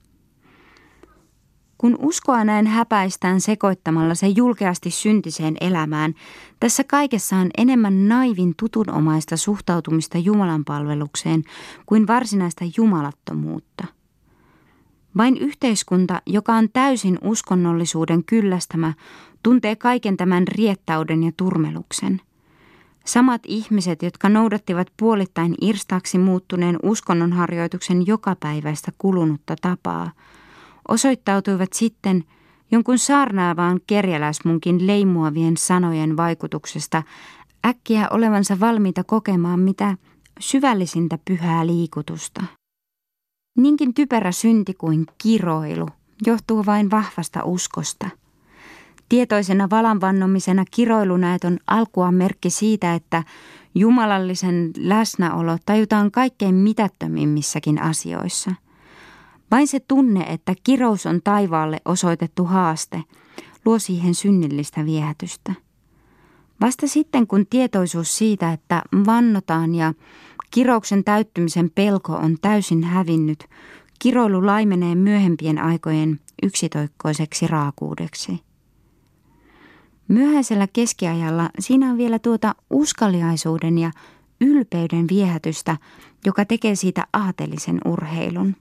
Kun uskoa näin häpäistään sekoittamalla se julkeasti syntiseen elämään, tässä kaikessa on enemmän naivin tutunomaista suhtautumista Jumalan palvelukseen kuin varsinaista jumalattomuutta. Vain yhteiskunta, joka on täysin uskonnollisuuden kyllästämä, tuntee kaiken tämän riettauden ja turmeluksen. Samat ihmiset, jotka noudattivat puolittain irstaaksi muuttuneen uskonnonharjoituksen jokapäiväistä kulunutta tapaa, osoittautuivat sitten jonkun saarnaavaan kerjäläismunkin leimuavien sanojen vaikutuksesta äkkiä olevansa valmiita kokemaan mitä syvällisintä pyhää liikutusta. Niinkin typerä synti kuin kiroilu johtuu vain vahvasta uskosta. Tietoisena valanvannomisena kiroilunäet on alkuaan merkki siitä, että jumalallisen läsnäolo tajutaan kaikkein mitättömimmissäkin asioissa. Vain se tunne, että kirous on taivaalle osoitettu haaste, luo siihen synnillistä viehätystä. Vasta sitten, kun tietoisuus siitä, että vannotaan ja kirouksen täyttymisen pelko on täysin hävinnyt, kiroilu laimenee myöhempien aikojen yksitoikkoiseksi raakuudeksi. Myöhäisellä keskiajalla siinä on vielä tuota uskaliaisuuden ja ylpeyden viehätystä, joka tekee siitä aatelisen urheilun.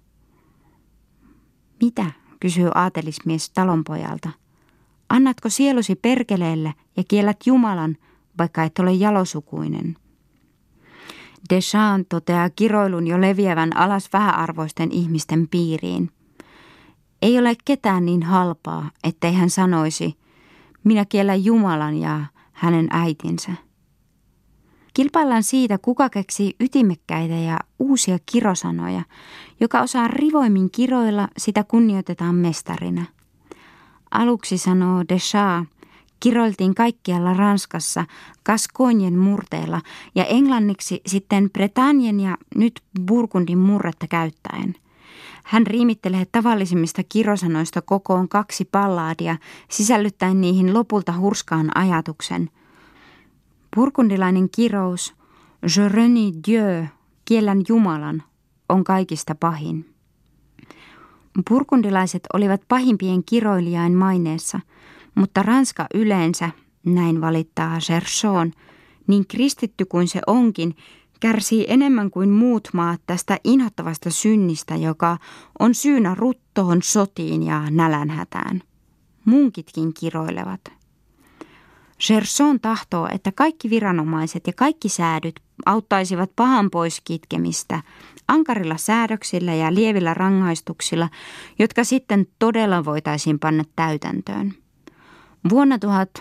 Mitä, kysyy aatelismies talonpojalta. Annatko sielusi perkeleelle ja kiellät Jumalan, vaikka et ole jalosukuinen? Deschamps toteaa kiroilun jo leviävän alas vähäarvoisten ihmisten piiriin. Ei ole ketään niin halpaa, ettei hän sanoisi, minä kiellän Jumalan ja hänen äitinsä. Kilpaillaan siitä, kuka keksii ytimekkäitä ja uusia kirosanoja. Joka osaa rivoimmin kiroilla, sitä kunnioitetaan mestarina. Aluksi sanoo Deschamps, kiroiltiin kaikkialla Ranskassa Gascognen murteella ja englanniksi sitten Bretagnen ja nyt Burgundin murretta käyttäen. Hän riimittelee tavallisimmista kirosanoista kokoon 2 ballaadia, sisällyttäen niihin lopulta hurskaan ajatuksen. Burgundilainen kirous, Je renie Dieu, kiellän Jumalan, on kaikista pahin. Burgundilaiset olivat pahimpien kiroilijain maineessa, mutta Ranska yleensä, näin valittaa Cherchon, niin kristitty kuin se onkin, kärsii enemmän kuin muut maat tästä inhottavasta synnistä, joka on syynä ruttoon, sotiin ja nälänhätään. Munkitkin kiroilevat. Cherchon tahtoo, että kaikki viranomaiset ja kaikki säädyt auttaisivat pahan pois kitkemistä ankarilla säädöksillä ja lievillä rangaistuksilla, jotka sitten todella voitaisiin panna täytäntöön. Vuonna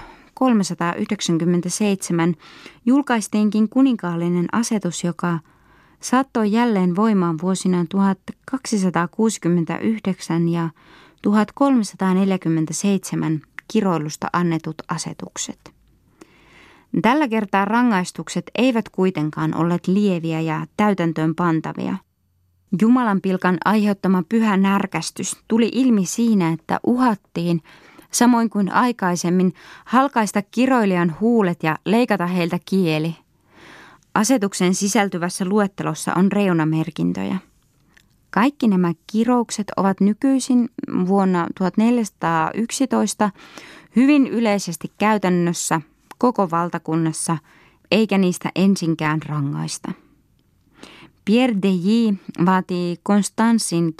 1397 julkaistiinkin kuninkaallinen asetus, joka saattoi jälleen voimaan vuosina 1269 ja 1347 kiroilusta annetut asetukset. Tällä kertaa rangaistukset eivät kuitenkaan olleet lieviä ja täytäntöön pantavia. Jumalan pilkan aiheuttama pyhä närkästys tuli ilmi siinä, että uhattiin, samoin kuin aikaisemmin, halkaista kiroilijan huulet ja leikata heiltä kieli. Asetuksen sisältyvässä luettelossa on reunamerkintöjä. Kaikki nämä kiroukset ovat nykyisin vuonna 1411 hyvin yleisesti käytännössä koko valtakunnassa, eikä niistä ensinkään rangaista. Pierre Deilly vaatii Konstanssin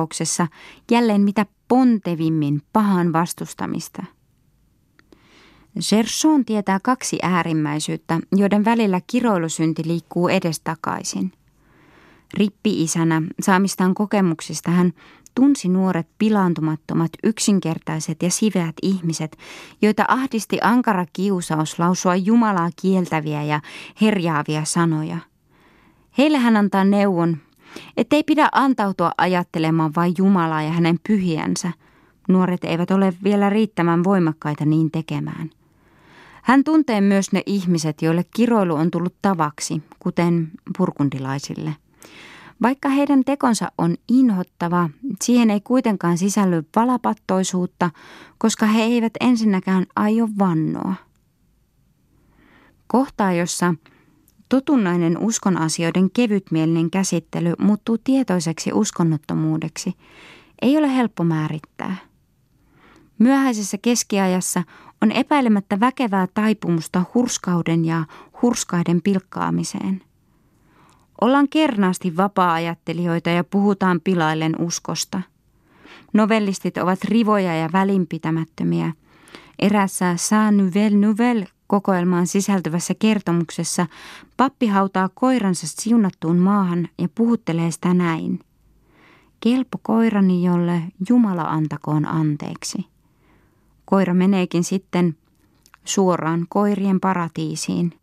kirkolliskokouksessa jälleen mitä pontevimmin pahan vastustamista. Gershon tietää 2 äärimmäisyyttä, joiden välillä kiroilusynti liikkuu edestakaisin. Rippi-isänä saamistaan kokemuksista hän tunsi nuoret pilaantumattomat, yksinkertaiset ja siveät ihmiset, joita ahdisti ankara kiusaus lausua Jumalaa kieltäviä ja herjaavia sanoja. Heille hän antaa neuvon, ettei pidä antautua ajattelemaan vain Jumalaa ja hänen pyhiänsä. Nuoret eivät ole vielä riittävän voimakkaita niin tekemään. Hän tuntee myös ne ihmiset, joille kiroilu on tullut tavaksi, kuten burgundilaisille. Vaikka heidän tekonsa on inhottava, siihen ei kuitenkaan sisälly valapattoisuutta, koska he eivät ensinnäkään aio vannoa. Kohtaa, jossa totunnainen uskon asioiden kevytmielinen käsittely muuttuu tietoiseksi uskonnottomuudeksi, ei ole helppo määrittää. Myöhäisessä keskiajassa on epäilemättä väkevää taipumusta hurskauden ja hurskaiden pilkkaamiseen. Ollaan kernaasti vapaa-ajattelijoita ja puhutaan pilaillen uskosta. Novellistit ovat rivoja ja välinpitämättömiä. Erässä Sa Nouvelle kokoelmaan sisältyvässä kertomuksessa pappi hautaa koiransa siunattuun maahan ja puhuttelee sitä näin. Kelpo koirani, jolle Jumala antakoon anteeksi. Koira meneekin sitten suoraan koirien paratiisiin.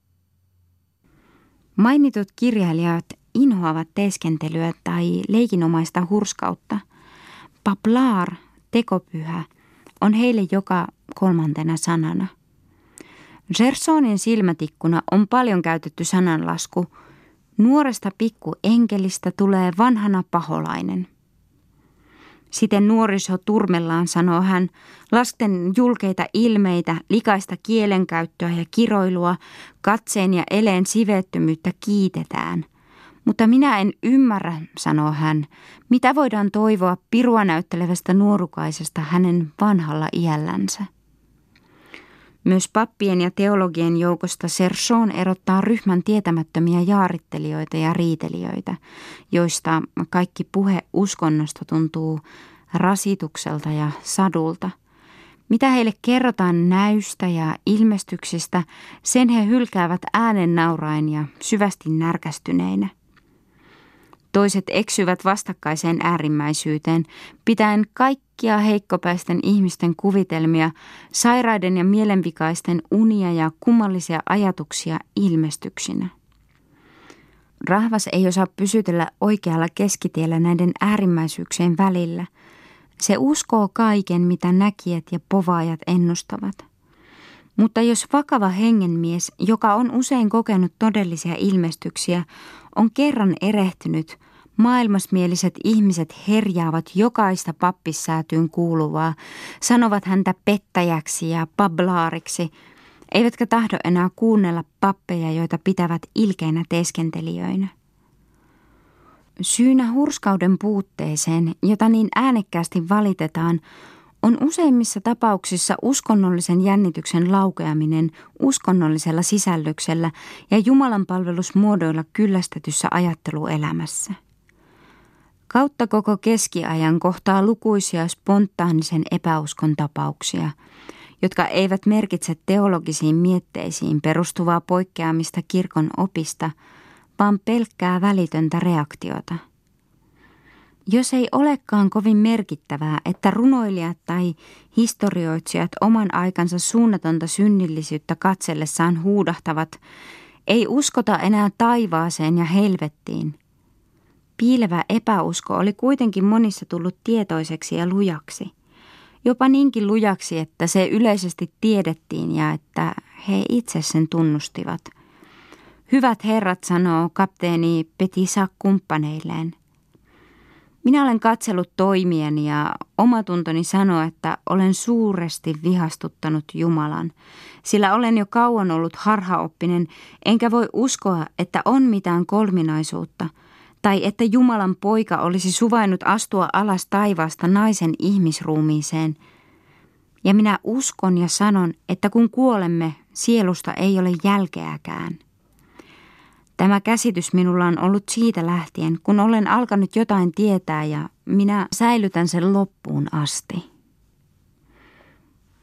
Mainitut kirjailijat inhoavat teeskentelyä tai leikinomaista hurskautta. Pablar, tekopyhä, on heille joka 3. sanana. Gershonin silmätikkuna on paljon käytetty sananlasku. Nuoresta pikkuenkelistä tulee vanhana paholainen. Siten nuoriso turmellaan, sanoo hän, lasten julkeita ilmeitä, likaista kielenkäyttöä ja kiroilua, katseen ja eleen siveettömyyttä kiitetään. Mutta minä en ymmärrä, sanoo hän, mitä voidaan toivoa pirua näyttelevästä nuorukaisesta hänen vanhalla iällänsä. Myös pappien ja teologien joukosta Gershon erottaa ryhmän tietämättömiä jaarittelijoita ja riitelijöitä, joista kaikki puhe uskonnosta tuntuu rasitukselta ja sadulta. Mitä heille kerrotaan näystä ja ilmestyksistä, sen he hylkäävät äänen nauraen ja syvästi närkästyneinä. Toiset eksyvät vastakkaiseen äärimmäisyyteen, pitäen kaikkia heikkopäisten ihmisten kuvitelmia, sairaiden ja mielenvikaisten unia ja kummallisia ajatuksia ilmestyksinä. Rahvas ei osaa pysytellä oikealla keskitiellä näiden äärimmäisyyksien välillä. Se uskoo kaiken, mitä näkijät ja povaajat ennustavat. Mutta jos vakava hengenmies, joka on usein kokenut todellisia ilmestyksiä, on kerran erehtynyt, maailmasmieliset ihmiset herjaavat jokaista pappissäätyyn kuuluvaa, sanovat häntä pettäjäksi ja pablaariksi, eivätkä tahdo enää kuunnella pappeja, joita pitävät ilkeinä teeskentelijöinä. Syynä hurskauden puutteeseen, jota niin äänekkäästi valitetaan, on useimmissa tapauksissa uskonnollisen jännityksen laukeaminen uskonnollisella sisällöksellä ja jumalanpalvelusmuodoilla kyllästetyssä ajatteluelämässä. Kautta koko keskiajan kohtaa lukuisia spontaanisen epäuskon tapauksia, jotka eivät merkitse teologisiin mietteisiin perustuvaa poikkeamista kirkon opista, vaan pelkkää välitöntä reaktiota. Jos ei olekaan kovin merkittävää, että runoilijat tai historioitsijat oman aikansa suunnatonta synnillisyyttä katsellessaan huudahtavat, ei uskota enää taivaaseen ja helvettiin. Piilevä epäusko oli kuitenkin monissa tullut tietoiseksi ja lujaksi. Jopa niinkin lujaksi, että se yleisesti tiedettiin ja että he itse sen tunnustivat. Hyvät herrat, sanoo kapteeni Petisak kumppaneilleen. Minä olen katsellut toimieni ja omatuntoni sanoo, että olen suuresti vihastuttanut Jumalan, sillä olen jo kauan ollut harhaoppinen, enkä voi uskoa, että on mitään kolminaisuutta, tai että Jumalan poika olisi suvainnut astua alas taivaasta naisen ihmisruumiiseen. Ja minä uskon ja sanon, että kun kuolemme, sielusta ei ole jälkeäkään. Tämä käsitys minulla on ollut siitä lähtien, kun olen alkanut jotain tietää ja minä säilytän sen loppuun asti.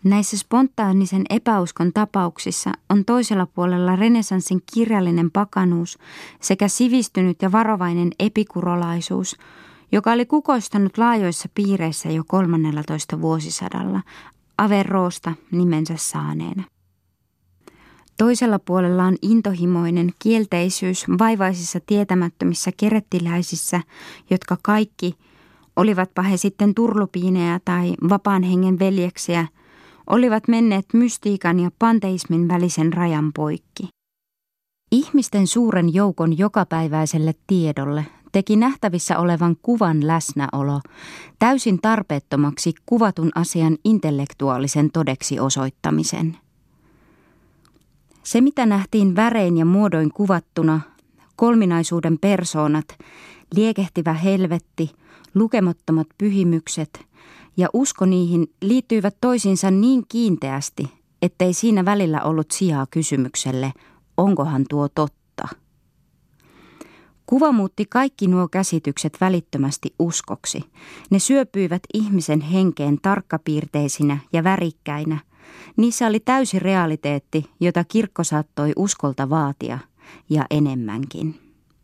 Näissä spontaanisen epäuskon tapauksissa on toisella puolella renessanssin kirjallinen pakanuus sekä sivistynyt ja varovainen epikurolaisuus, joka oli kukoistanut laajoissa piireissä jo 13. vuosisadalla, Averroesta nimensä saaneena. Toisella puolella on intohimoinen kielteisyys vaivaisissa tietämättömissä kerettiläisissä, jotka kaikki, olivatpa he sitten turlupiineja tai vapaan hengen veljeksiä, olivat menneet mystiikan ja panteismin välisen rajan poikki. Ihmisten suuren joukon jokapäiväiselle tiedolle teki nähtävissä olevan kuvan läsnäolo täysin tarpeettomaksi kuvatun asian intellektuaalisen todeksi osoittamisen. Se, mitä nähtiin värein ja muodoin kuvattuna, kolminaisuuden persoonat, liekehtivä helvetti, lukemattomat pyhimykset ja usko niihin liittyivät toisiinsa niin kiinteästi, ettei siinä välillä ollut sijaa kysymykselle, onkohan tuo totta. Kuva muutti kaikki nuo käsitykset välittömästi uskoksi. Ne syöpyivät ihmisen henkeen tarkkapiirteisinä ja värikkäinä. Niissä oli täysi realiteetti, jota kirkko saattoi uskolta vaatia, ja enemmänkin.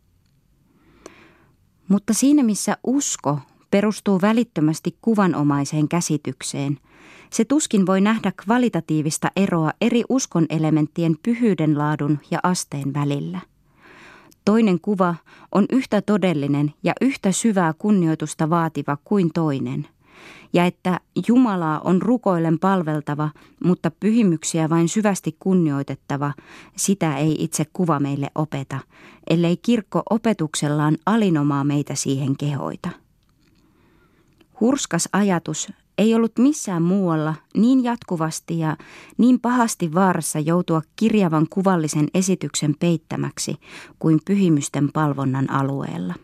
Mutta siinä missä usko perustuu välittömästi kuvanomaiseen käsitykseen, se tuskin voi nähdä kvalitatiivista eroa eri uskon elementtien pyhyyden laadun ja asteen välillä. Toinen kuva on yhtä todellinen ja yhtä syvää kunnioitusta vaativa kuin toinen. Ja että Jumalaa on rukoillen palveltava, mutta pyhimyksiä vain syvästi kunnioitettava, sitä ei itse kuva meille opeta, ellei kirkko opetuksellaan alinomaa meitä siihen kehoita. Hurskas ajatus ei ollut missään muualla niin jatkuvasti ja niin pahasti vaarassa joutua kirjavan kuvallisen esityksen peittämäksi kuin pyhimysten palvonnan alueella.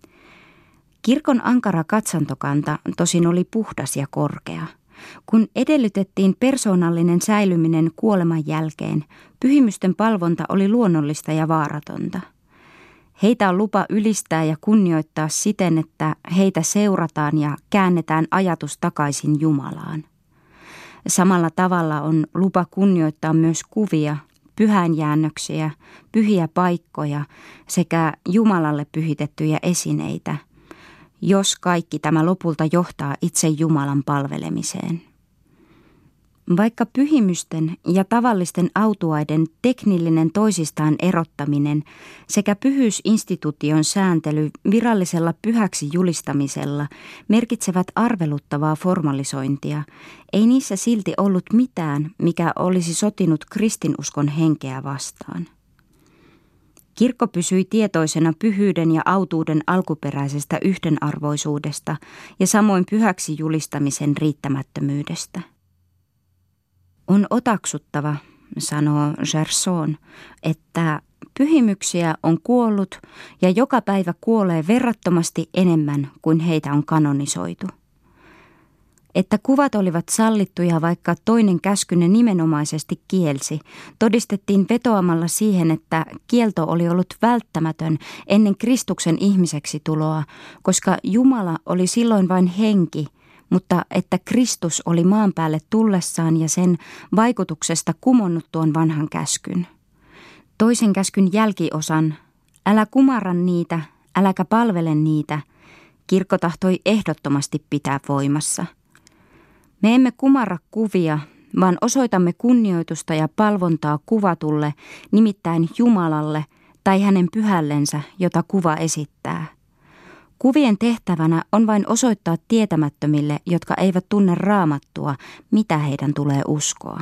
Kirkon ankara katsantokanta tosin oli puhdas ja korkea. Kun edellytettiin persoonallinen säilyminen kuoleman jälkeen, pyhimysten palvonta oli luonnollista ja vaaratonta. Heitä on lupa ylistää ja kunnioittaa siten, että heitä seurataan ja käännetään ajatus takaisin Jumalaan. Samalla tavalla on lupa kunnioittaa myös kuvia, pyhäinjäännöksiä, pyhiä paikkoja sekä Jumalalle pyhitettyjä esineitä, jos kaikki tämä lopulta johtaa itse Jumalan palvelemiseen. Vaikka pyhimysten ja tavallisten autuaiden teknillinen toisistaan erottaminen sekä pyhyysinstituution sääntely virallisella pyhäksi julistamisella merkitsevät arveluttavaa formalisointia, ei niissä silti ollut mitään, mikä olisi sotinut kristinuskon henkeä vastaan. Kirkko pysyi tietoisena pyhyyden ja autuuden alkuperäisestä yhdenarvoisuudesta ja samoin pyhäksi julistamisen riittämättömyydestä. On otaksuttava, sanoo Gerson, että pyhimyksiä on kuollut ja joka päivä kuolee verrattomasti enemmän kuin heitä on kanonisoitu. Että kuvat olivat sallittuja, vaikka toinen käsky ne nimenomaisesti kielsi, todistettiin vetoamalla siihen, että kielto oli ollut välttämätön ennen Kristuksen ihmiseksi tuloa, koska Jumala oli silloin vain henki, mutta että Kristus oli maan päälle tullessaan ja sen vaikutuksesta kumonnut tuon vanhan käskyn. Toisen käskyn jälkiosan, älä kumarra niitä, äläkä palvele niitä, kirkko tahtoi ehdottomasti pitää voimassa. Me emme kumarra kuvia, vaan osoitamme kunnioitusta ja palvontaa kuvatulle, nimittäin Jumalalle tai hänen pyhällensä, jota kuva esittää. Kuvien tehtävänä on vain osoittaa tietämättömille, jotka eivät tunne Raamattua, mitä heidän tulee uskoa.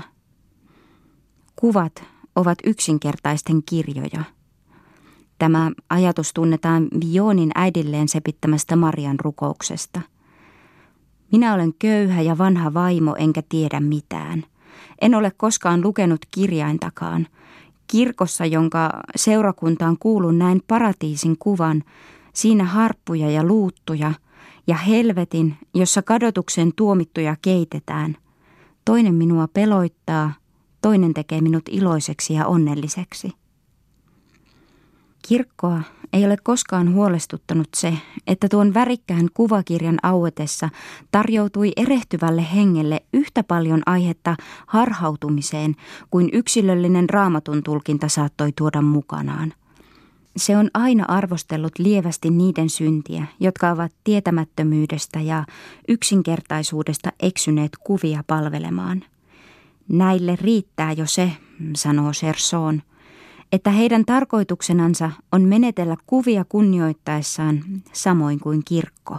Kuvat ovat yksinkertaisten kirjoja. Tämä ajatus tunnetaan Vionin äidilleen sepittämästä Marian rukouksesta. Minä olen köyhä ja vanha vaimo enkä tiedä mitään. En ole koskaan lukenut kirjaintakaan. Kirkossa, jonka seurakuntaan kuulun, näin paratiisin kuvan, siinä harppuja ja luuttuja ja helvetin, jossa kadotukseen tuomittuja keitetään. Toinen minua peloittaa, toinen tekee minut iloiseksi ja onnelliseksi. Kirkkoa ei ole koskaan huolestuttanut se, että tuon värikkään kuvakirjan auetessa tarjoutui erehtyvälle hengelle yhtä paljon aihetta harhautumiseen kuin yksilöllinen raamatun tulkinta saattoi tuoda mukanaan. Se on aina arvostellut lievästi niiden syntiä, jotka ovat tietämättömyydestä ja yksinkertaisuudesta eksyneet kuvia palvelemaan. Näille riittää jo se, sanoo Cherson, että heidän tarkoituksenansa on menetellä kuvia kunnioittaessaan samoin kuin kirkko.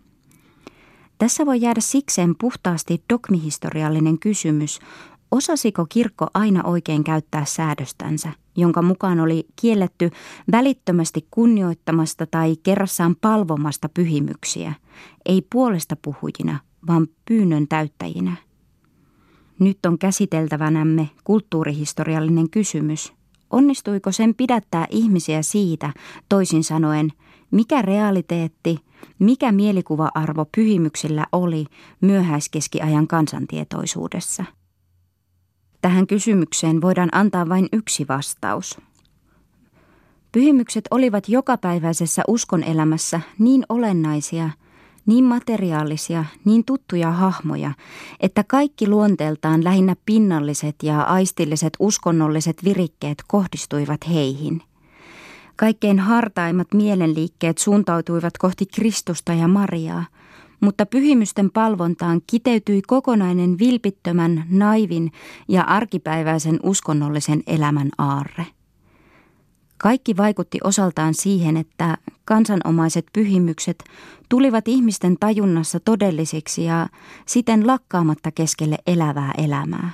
Tässä voi jäädä sikseen puhtaasti dogmihistoriallinen kysymys, osasiko kirkko aina oikein käyttää säädöstänsä, jonka mukaan oli kielletty välittömästi kunnioittamasta tai kerrassaan palvomasta pyhimyksiä, ei puolesta puhujina, vaan pyynnön täyttäjinä. Nyt on käsiteltävänämme kulttuurihistoriallinen kysymys. Onnistuiko sen pidättää ihmisiä siitä, toisin sanoen, mikä realiteetti, mikä mielikuva-arvo pyhimyksillä oli myöhäiskeskiajan kansantietoisuudessa? Tähän kysymykseen voidaan antaa vain yksi vastaus. Pyhimykset olivat jokapäiväisessä uskonelämässä niin olennaisia, niin materiaalisia, niin tuttuja hahmoja, että kaikki luonteeltaan lähinnä pinnalliset ja aistilliset uskonnolliset virikkeet kohdistuivat heihin. Kaikkein hartaimmat mielenliikkeet suuntautuivat kohti Kristusta ja Mariaa, mutta pyhimysten palvontaan kiteytyi kokonainen vilpittömän, naivin ja arkipäiväisen uskonnollisen elämän aarre. Kaikki vaikutti osaltaan siihen, että kansanomaiset pyhimykset tulivat ihmisten tajunnassa todellisiksi ja siten lakkaamatta keskelle elävää elämää.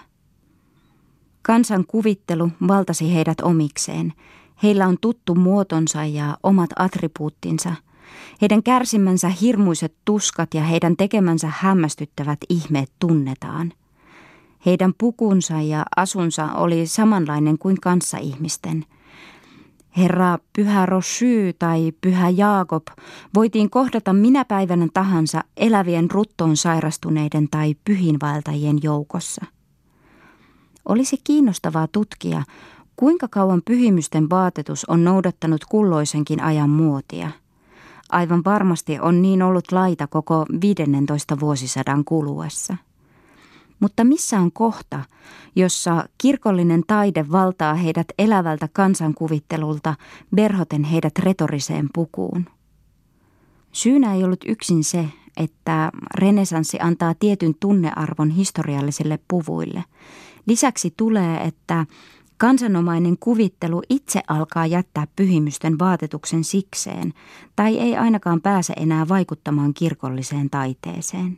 Kansan kuvittelu valtasi heidät omikseen. Heillä on tuttu muotonsa ja omat attribuuttinsa. Heidän kärsimänsä hirmuiset tuskat ja heidän tekemänsä hämmästyttävät ihmeet tunnetaan. Heidän pukunsa ja asunsa oli samanlainen kuin kanssaihmisten. Herra Pyhä Rosy tai Pyhä Jaakob voitiin kohdata minä päivänä tahansa elävien ruttoon sairastuneiden tai pyhinvaeltajien joukossa. Olisi kiinnostavaa tutkia, kuinka kauan pyhimysten vaatetus on noudattanut kulloisenkin ajan muotia. Aivan varmasti on niin ollut laita koko 15 vuosisadan kuluessa. Mutta missä on kohta, jossa kirkollinen taide valtaa heidät elävältä kansankuvittelulta verhoten heidät retoriseen pukuun? Syynä ei ollut yksin se, että renesanssi antaa tietyn tunnearvon historiallisille puvuille. Lisäksi tulee, että kansanomainen kuvittelu itse alkaa jättää pyhimysten vaatetuksen sikseen, tai ei ainakaan pääse enää vaikuttamaan kirkolliseen taiteeseen.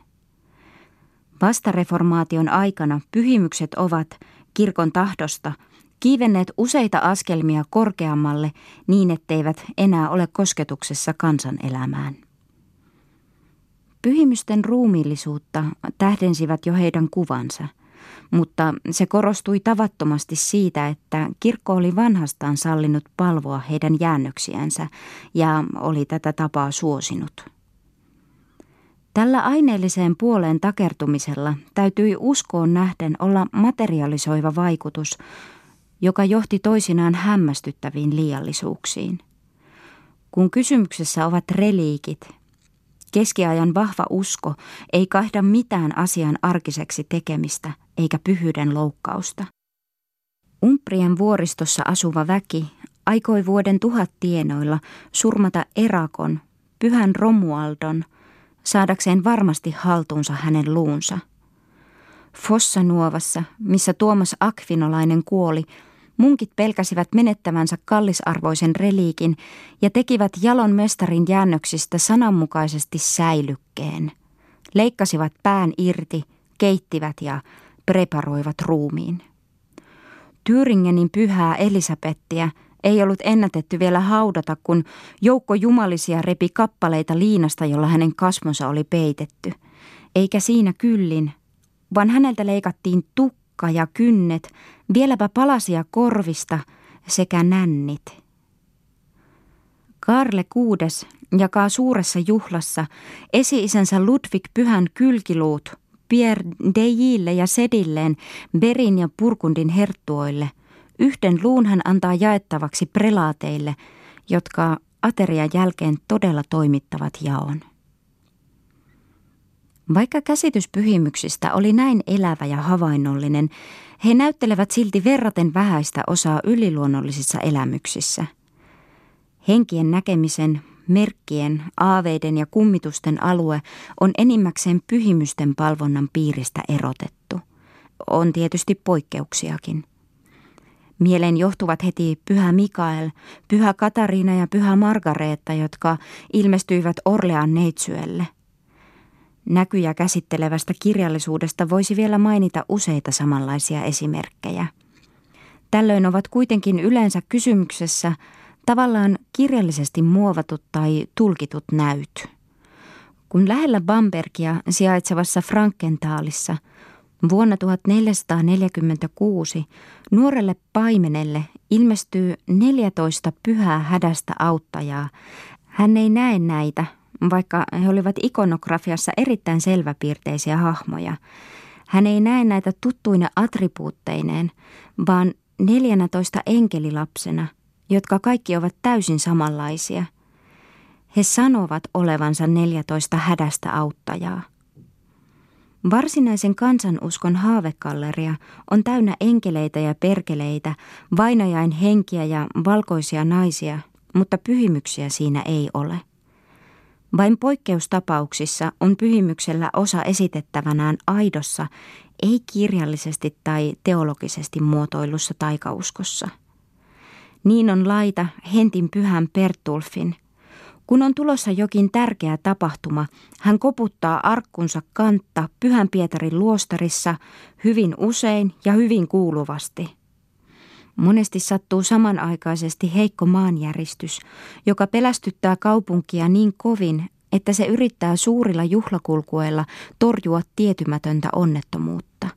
Vastareformaation aikana pyhimykset ovat, kirkon tahdosta, kiivenneet useita askelmia korkeammalle niin, etteivät enää ole kosketuksessa kansanelämään. Pyhimysten ruumiillisuutta tähdensivät jo heidän kuvansa, mutta se korostui tavattomasti siitä, että kirkko oli vanhastaan sallinut palvoa heidän jäännöksiänsä ja oli tätä tapaa suosinut. Tällä aineelliseen puoleen takertumisella täytyi uskoon nähden olla materialisoiva vaikutus, joka johti toisinaan hämmästyttäviin liiallisuuksiin. Kun kysymyksessä ovat reliikit, keskiajan vahva usko ei kaihda mitään asian arkiseksi tekemistä eikä pyhyyden loukkausta. Umbrien vuoristossa asuva väki aikoi vuoden 1000 tienoilla surmata Erakon, pyhän Romualdon, saadakseen varmasti haltuunsa hänen luunsa. Fossa Nuovassa, missä Tuomas Akvinolainen kuoli, munkit pelkäsivät menettävänsä kallisarvoisen reliikin ja tekivät jalon mestarin jäännöksistä sananmukaisesti säilykkeen. Leikkasivat pään irti, keittivät ja preparoivat ruumiin. Thüringenin pyhää Elisabettiä ei ollut ennätetty vielä haudata, kun joukko jumalisia repi kappaleita liinasta, jolla hänen kasvonsa oli peitetty. Eikä siinä kyllin, vaan häneltä leikattiin tukka ja kynnet, vieläpä palasia korvista sekä nännit. Karle VI jakaa suuressa juhlassa esi-isänsä Ludwig pyhän kylkiluut Pierre Deille ja Sedilleen Berin ja Burgundin herttuoille. Yhden luun hän antaa jaettavaksi prelaateille jotka aterian jälkeen todella toimittavat jaon. Vaikka käsitys pyhimyksistä oli näin elävä ja havainnollinen, he näyttelevät silti verraten vähäistä osaa yliluonnollisissa elämyksissä. Henkien näkemisen, merkkien, aaveiden ja kummitusten alue on enimmäkseen pyhimysten palvonnan piiristä erotettu. On tietysti poikkeuksiakin. Mieleen johtuvat heti Pyhä Mikael, Pyhä Katariina ja Pyhä Margareetta, jotka ilmestyivät Orlean neitsyölle. Näkyjä käsittelevästä kirjallisuudesta voisi vielä mainita useita samanlaisia esimerkkejä. Tällöin ovat kuitenkin yleensä kysymyksessä tavallaan kirjallisesti muovatut tai tulkitut näyt. Kun lähellä Bambergia sijaitsevassa Frankenthalissa vuonna 1446 nuorelle paimenelle ilmestyy 14 pyhää hädästä auttajaa, hän ei näe näitä, vaikka he olivat ikonografiassa erittäin selväpiirteisiä hahmoja. Hän ei näe näitä tuttuina attribuutteineen, vaan 14 enkelilapsena, jotka kaikki ovat täysin samanlaisia. He sanovat olevansa 14 hädästä auttajaa. Varsinaisen kansanuskon haavekalleria on täynnä enkeleitä ja perkeleitä, vainajain henkiä ja valkoisia naisia, mutta pyhimyksiä siinä ei ole. Vain poikkeustapauksissa on pyhimyksellä osa esitettävänään aidossa, ei kirjallisesti tai teologisesti muotoillussa taikauskossa. Niin on laita Hentin pyhän Bertulfin. Kun on tulossa jokin tärkeä tapahtuma, hän koputtaa arkkunsa kantta Pyhän Pietarin luostarissa hyvin usein ja hyvin kuuluvasti. Monesti sattuu samanaikaisesti heikko maanjäristys, joka pelästyttää kaupunkia niin kovin, että se yrittää suurilla juhlakulkueilla torjua tietymätöntä onnettomuutta.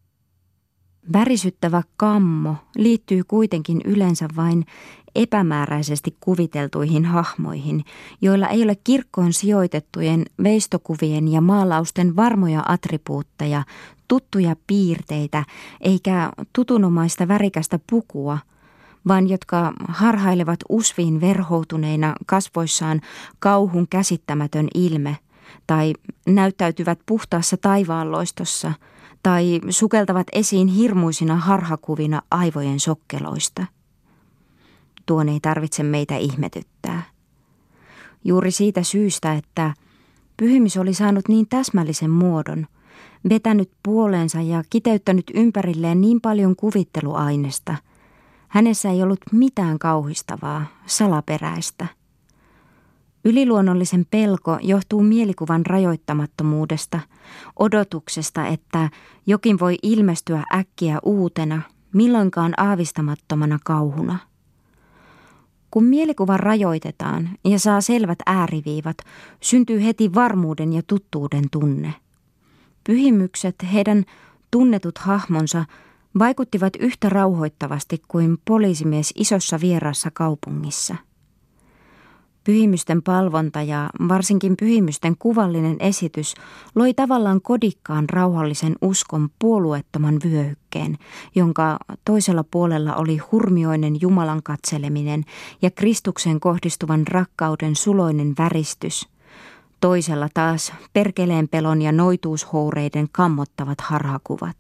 Värisyttävä kammo liittyy kuitenkin yleensä vain epämääräisesti kuviteltuihin hahmoihin, joilla ei ole kirkkoon sijoitettujen veistokuvien ja maalausten varmoja attribuutteja, tuttuja piirteitä eikä tutunomaista värikästä pukua, vaan jotka harhailevat usviin verhoutuneina kasvoissaan kauhun käsittämätön ilme tai näyttäytyvät puhtaassa taivaanloistossa tai sukeltavat esiin hirmuisina harhakuvina aivojen sokkeloista. Tuon ei tarvitse meitä ihmetyttää. Juuri siitä syystä, että pyhimys oli saanut niin täsmällisen muodon, vetänyt puoleensa ja kiteyttänyt ympärilleen niin paljon kuvitteluainesta, hänessä ei ollut mitään kauhistavaa, salaperäistä. Yliluonnollisen pelko johtuu mielikuvan rajoittamattomuudesta, odotuksesta, että jokin voi ilmestyä äkkiä uutena, milloinkaan aavistamattomana kauhuna. Kun mielikuva rajoitetaan ja saa selvät ääriviivat, syntyy heti varmuuden ja tuttuuden tunne. Pyhimykset, heidän tunnetut hahmonsa, vaikuttivat yhtä rauhoittavasti kuin poliisimies isossa vieraassa kaupungissa. Pyhimysten palvonta ja varsinkin pyhimysten kuvallinen esitys loi tavallaan kodikkaan rauhallisen uskon puolueettoman vyöhykkeen, jonka toisella puolella oli hurmioinen Jumalan katseleminen ja Kristukseen kohdistuvan rakkauden suloinen väristys. Toisella taas perkeleen pelon ja noituushoureiden kammottavat harhakuvat.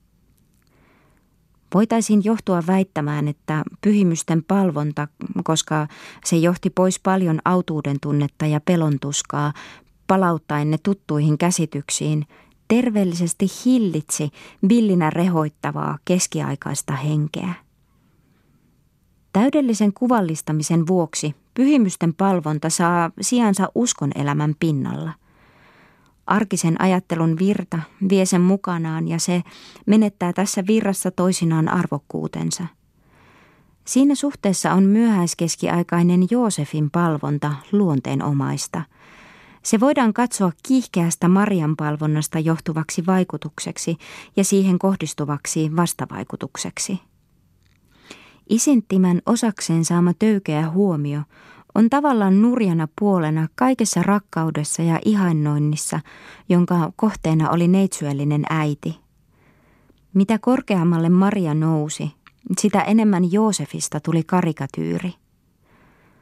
Voitaisiin johtua väittämään, että pyhimysten palvonta, koska se johti pois paljon autuuden tunnetta ja pelon tuskaa, palauttaen ne tuttuihin käsityksiin, terveellisesti hillitsi villinä rehoittavaa keskiaikaista henkeä. Täydellisen kuvallistamisen vuoksi pyhimysten palvonta saa sijansa uskon elämän pinnalla. Arkisen ajattelun virta vie sen mukanaan ja se menettää tässä virrassa toisinaan arvokkuutensa. Siinä suhteessa on myöhäiskeskiaikainen Joosefin palvonta luonteenomaista. Se voidaan katsoa kiihkeästä Marian palvonnasta johtuvaksi vaikutukseksi ja siihen kohdistuvaksi vastavaikutukseksi. Isintimän osakseen saama töykeä huomio on tavallaan nurjana puolena kaikessa rakkaudessa ja ihannoinnissa, jonka kohteena oli neitsyöllinen äiti. Mitä korkeammalle Maria nousi, sitä enemmän Joosefista tuli karikatyyri.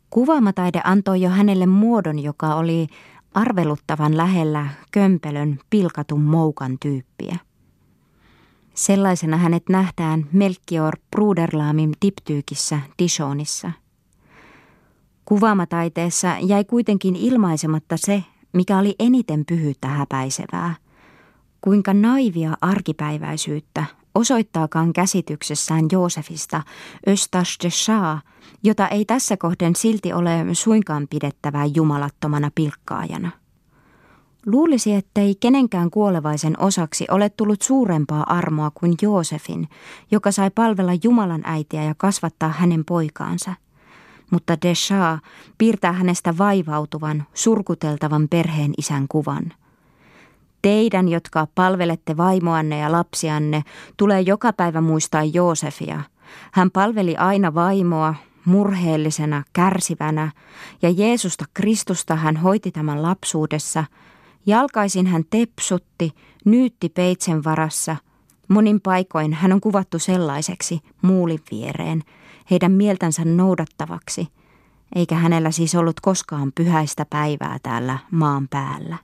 Kuvaamataide antoi jo hänelle muodon, joka oli arveluttavan lähellä kömpelön pilkatun moukan tyyppiä. Sellaisena hänet nähdään Melchior Bruderlaamin diptyykissä Dijonissa. Kuvaamataiteessa jäi kuitenkin ilmaisematta se, mikä oli eniten pyhyyttä häpäisevää. Kuinka naivia arkipäiväisyyttä osoittaakaan käsityksessään Joosefista Eustache de Cha, jota ei tässä kohden silti ole suinkaan pidettävää jumalattomana pilkkaajana. Luulisi, ettei kenenkään kuolevaisen osaksi ole tullut suurempaa armoa kuin Joosefin, joka sai palvella Jumalan äitiä ja kasvattaa hänen poikaansa. Mutta de Cha piirtää hänestä vaivautuvan, surkuteltavan perheen isän kuvan. Teidän, jotka palvelette vaimoanne ja lapsianne, tulee joka päivä muistaa Joosefia. Hän palveli aina vaimoa, murheellisena, kärsivänä, ja Jeesusta Kristusta hän hoiti tämän lapsuudessa. Jalkaisin hän tepsutti, nyytti peitsen varassa. Monin paikoin hän on kuvattu sellaiseksi muulin viereen, heidän mieltänsä noudattavaksi, eikä hänellä siis ollut koskaan pyhäistä päivää täällä maan päällä.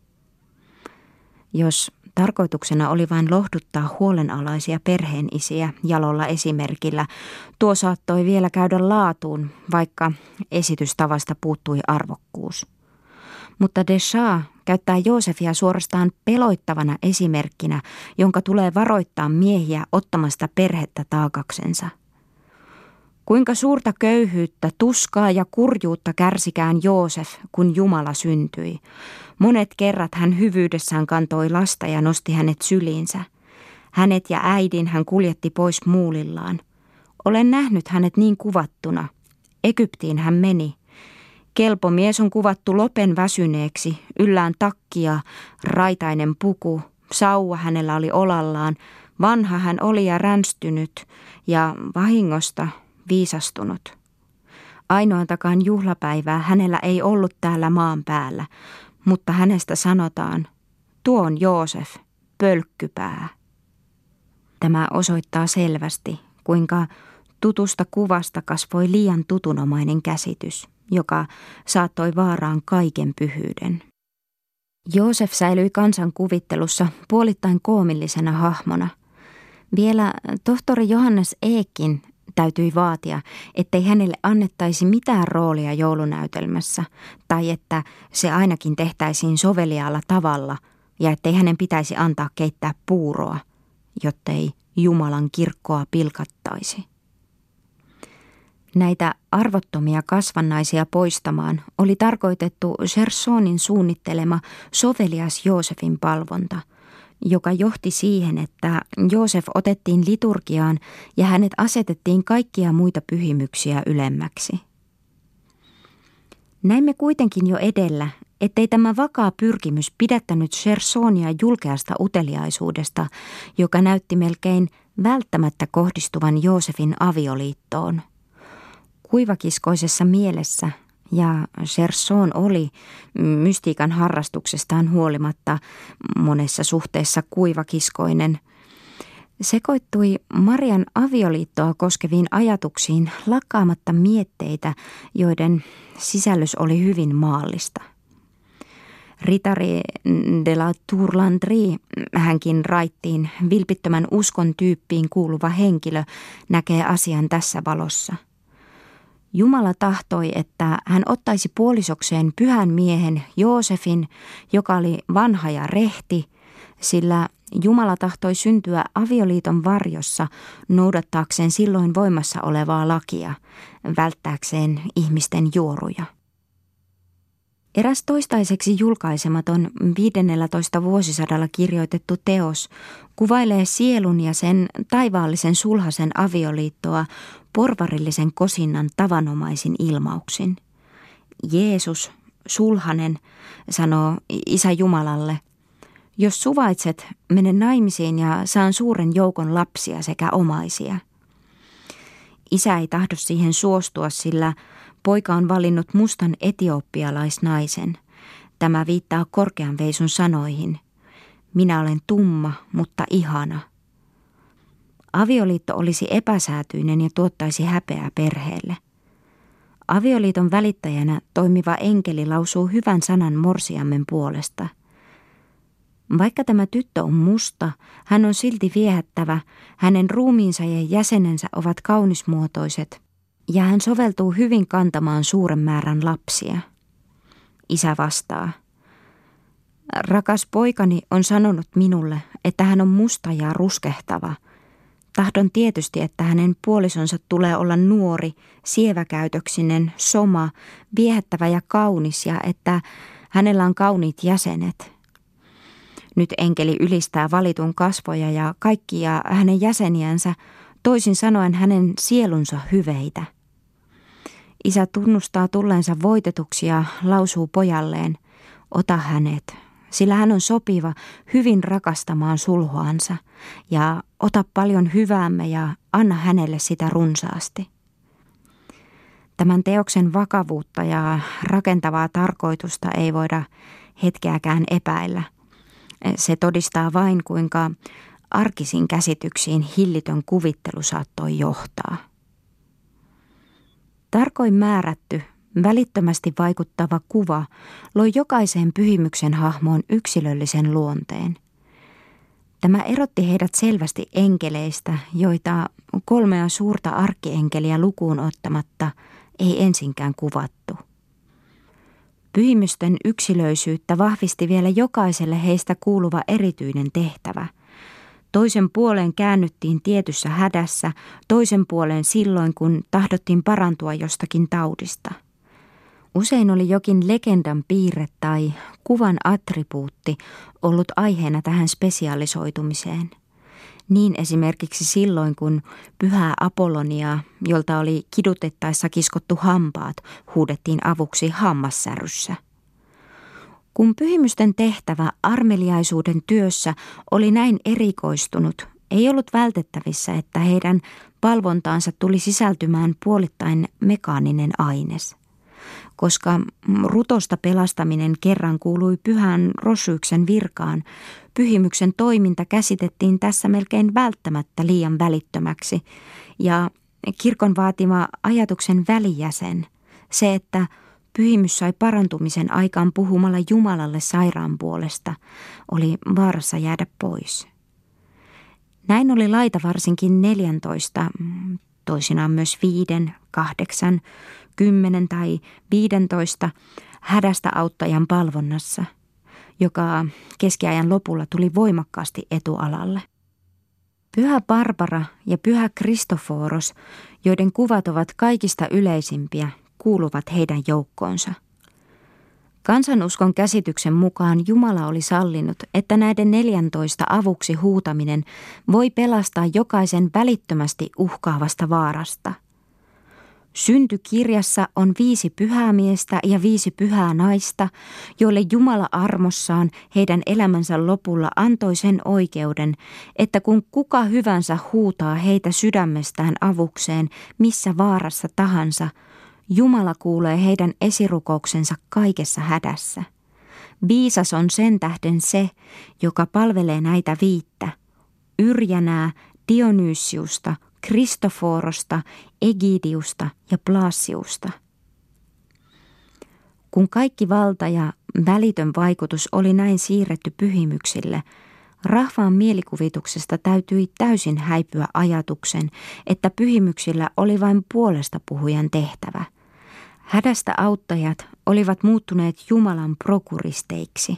Jos tarkoituksena oli vain lohduttaa huolenalaisia perheenisiä jalolla esimerkillä, tuo saattoi vielä käydä laatuun, vaikka esitystavasta puuttui arvokkuus. Mutta de Cha käyttää Joosefia suorastaan peloittavana esimerkkinä, jonka tulee varoittaa miehiä ottamasta perhettä taakaksensa. Kuinka suurta köyhyyttä, tuskaa ja kurjuutta kärsikään Joosef, kun Jumala syntyi. Monet kerrat hän hyvyydessään kantoi lasta ja nosti hänet syliinsä. Hänet ja äidin hän kuljetti pois muulillaan. Olen nähnyt hänet niin kuvattuna. Egyptiin hän meni. Kelpo mies on kuvattu lopen väsyneeksi, yllään takkia, raitainen puku, sauva hänellä oli olallaan, vanha hän oli ja ränstynyt ja vahingosta viisastunut. Ainoatakaan juhlapäivää hänellä ei ollut täällä maan päällä, mutta hänestä sanotaan, tuo on Joosef, pölkkypää. Tämä osoittaa selvästi, kuinka tutusta kuvasta kasvoi liian tutunomainen käsitys, joka saattoi vaaraan kaiken pyhyyden. Joosef säilyi kansan kuvittelussa puolittain koomillisena hahmona. Vielä tohtori Johannes Eekkin täytyi vaatia, ettei hänelle annettaisi mitään roolia joulunäytelmässä, tai että se ainakin tehtäisiin soveliaalla tavalla, ja ettei hänen pitäisi antaa keittää puuroa, jottei Jumalan kirkkoa pilkattaisi. Näitä arvottomia kasvannaisia poistamaan oli tarkoitettu Chersonin suunnittelema sovelias Joosefin palvonta, joka johti siihen, että Joosef otettiin liturgiaan ja hänet asetettiin kaikkia muita pyhimyksiä ylemmäksi. Näimme kuitenkin jo edellä, ettei tämä vakaa pyrkimys pidättänyt Chersonia julkeasta uteliaisuudesta, joka näytti melkein välttämättä kohdistuvan Joosefin avioliittoon. Kuivakiskoisessa mielessä, ja Cherson oli mystiikan harrastuksestaan huolimatta monessa suhteessa kuivakiskoinen, sekoittui Marian avioliittoa koskeviin ajatuksiin lakkaamatta mietteitä, joiden sisällys oli hyvin maallista. Ritari de la Tourlandry, hänkin raittiin vilpittömän uskon tyyppiin kuuluva henkilö, näkee asian tässä valossa. Jumala tahtoi, että hän ottaisi puolisokseen pyhän miehen Joosefin, joka oli vanha ja rehti, sillä Jumala tahtoi syntyä avioliiton varjossa noudattaakseen silloin voimassa olevaa lakia, välttääkseen ihmisten juoruja. Eräs toistaiseksi julkaisematon 15. vuosisadalla kirjoitettu teos kuvailee sielun ja sen taivaallisen sulhasen avioliittoa porvarillisen kosinnan tavanomaisin ilmauksin. Jeesus, sulhanen, sanoo Isä Jumalalle, jos suvaitset, mene naimisiin ja saan suuren joukon lapsia sekä omaisia. Isä ei tahdo siihen suostua, sillä poika on valinnut mustan etiooppialaisnaisen. Tämä viittaa Korkeanveisun sanoihin. Minä olen tumma, mutta ihana. Avioliitto olisi epäsäätyinen ja tuottaisi häpeää perheelle. Avioliiton välittäjänä toimiva enkeli lausuu hyvän sanan morsiammen puolesta. Vaikka tämä tyttö on musta, hän on silti viehättävä, hänen ruumiinsa ja jäsenensä ovat kaunismuotoiset ja hän soveltuu hyvin kantamaan suuren määrän lapsia. Isä vastaa. Rakas poikani on sanonut minulle, että hän on musta ja ruskehtava. Tahdon tietysti, että hänen puolisonsa tulee olla nuori, sieväkäytöksinen, soma, viehättävä ja kaunis ja että hänellä on kauniit jäsenet. Nyt enkeli ylistää valitun kasvoja ja kaikkia hänen jäseniänsä, toisin sanoen hänen sielunsa hyveitä. Isä tunnustaa tulleensa voitetuksi ja lausuu pojalleen, ota hänet, sillä hän on sopiva hyvin rakastamaan sulhoansa ja ota paljon hyväämme ja anna hänelle sitä runsaasti. Tämän teoksen vakavuutta ja rakentavaa tarkoitusta ei voida hetkeäkään epäillä. Se todistaa vain, kuinka arkisiin käsityksiin hillitön kuvittelu saattoi johtaa. Tarkoin määrätty, välittömästi vaikuttava kuva loi jokaiseen pyhimyksen hahmoon yksilöllisen luonteen. Tämä erotti heidät selvästi enkeleistä, joita 3 suurta arkkienkeliä lukuun ottamatta ei ensinkään kuvattu. Pyhimysten yksilöisyyttä vahvisti vielä jokaiselle heistä kuuluva erityinen tehtävä. Toisen puoleen käännyttiin tietyssä hädässä, toisen puoleen silloin, kun tahdottiin parantua jostakin taudista. Usein oli jokin legendan piirre tai kuvan attribuutti ollut aiheena tähän spesialisoitumiseen. Niin esimerkiksi silloin, kun pyhää Apolloniaa, jolta oli kidutettaessa kiskottu hampaat, huudettiin avuksi hammassärryssä. Kun pyhimysten tehtävä armeliaisuuden työssä oli näin erikoistunut, ei ollut vältettävissä, että heidän palvontaansa tuli sisältymään puolittain mekaaninen aines. Koska rutosta pelastaminen kerran kuului pyhän Rosyyksen virkaan, pyhimyksen toiminta käsitettiin tässä melkein välttämättä liian välittömäksi ja kirkon vaatima ajatuksen välijäsen, se että pyhimys sai parantumisen aikaan puhumalla Jumalalle sairaan puolesta, oli vaarassa jäädä pois. Näin oli laita varsinkin 14, toisinaan myös 5, 8, 10 tai 15 hädästä auttajan palvonnassa, joka keskiajan lopulla tuli voimakkaasti etualalle. Pyhä Barbara ja pyhä Kristoforos, joiden kuvat ovat kaikista yleisimpiä, kuuluvat heidän joukkoonsa. Kansanuskon käsityksen mukaan Jumala oli sallinut, että näiden 14 avuksi huutaminen voi pelastaa jokaisen välittömästi uhkaavasta vaarasta. Syntykirjassa on 5 pyhää miestä ja 5 pyhää naista, joille Jumala armossaan heidän elämänsä lopulla antoi sen oikeuden, että kun kuka hyvänsä huutaa heitä sydämestään avukseen missä vaarassa tahansa, Jumala kuulee heidän esirukouksensa kaikessa hädässä. Viisas on sen tähden se, joka palvelee näitä 5, Yrjänää, Dionysiusta, Kristoforosta, Egidiusta ja Blasiusta. Kun kaikki valta ja välitön vaikutus oli näin siirretty pyhimyksille, rahvaan mielikuvituksesta täytyi täysin häipyä ajatuksen, että pyhimyksillä oli vain puolesta puhujan tehtävä. Hädästä auttajat olivat muuttuneet Jumalan prokuristeiksi.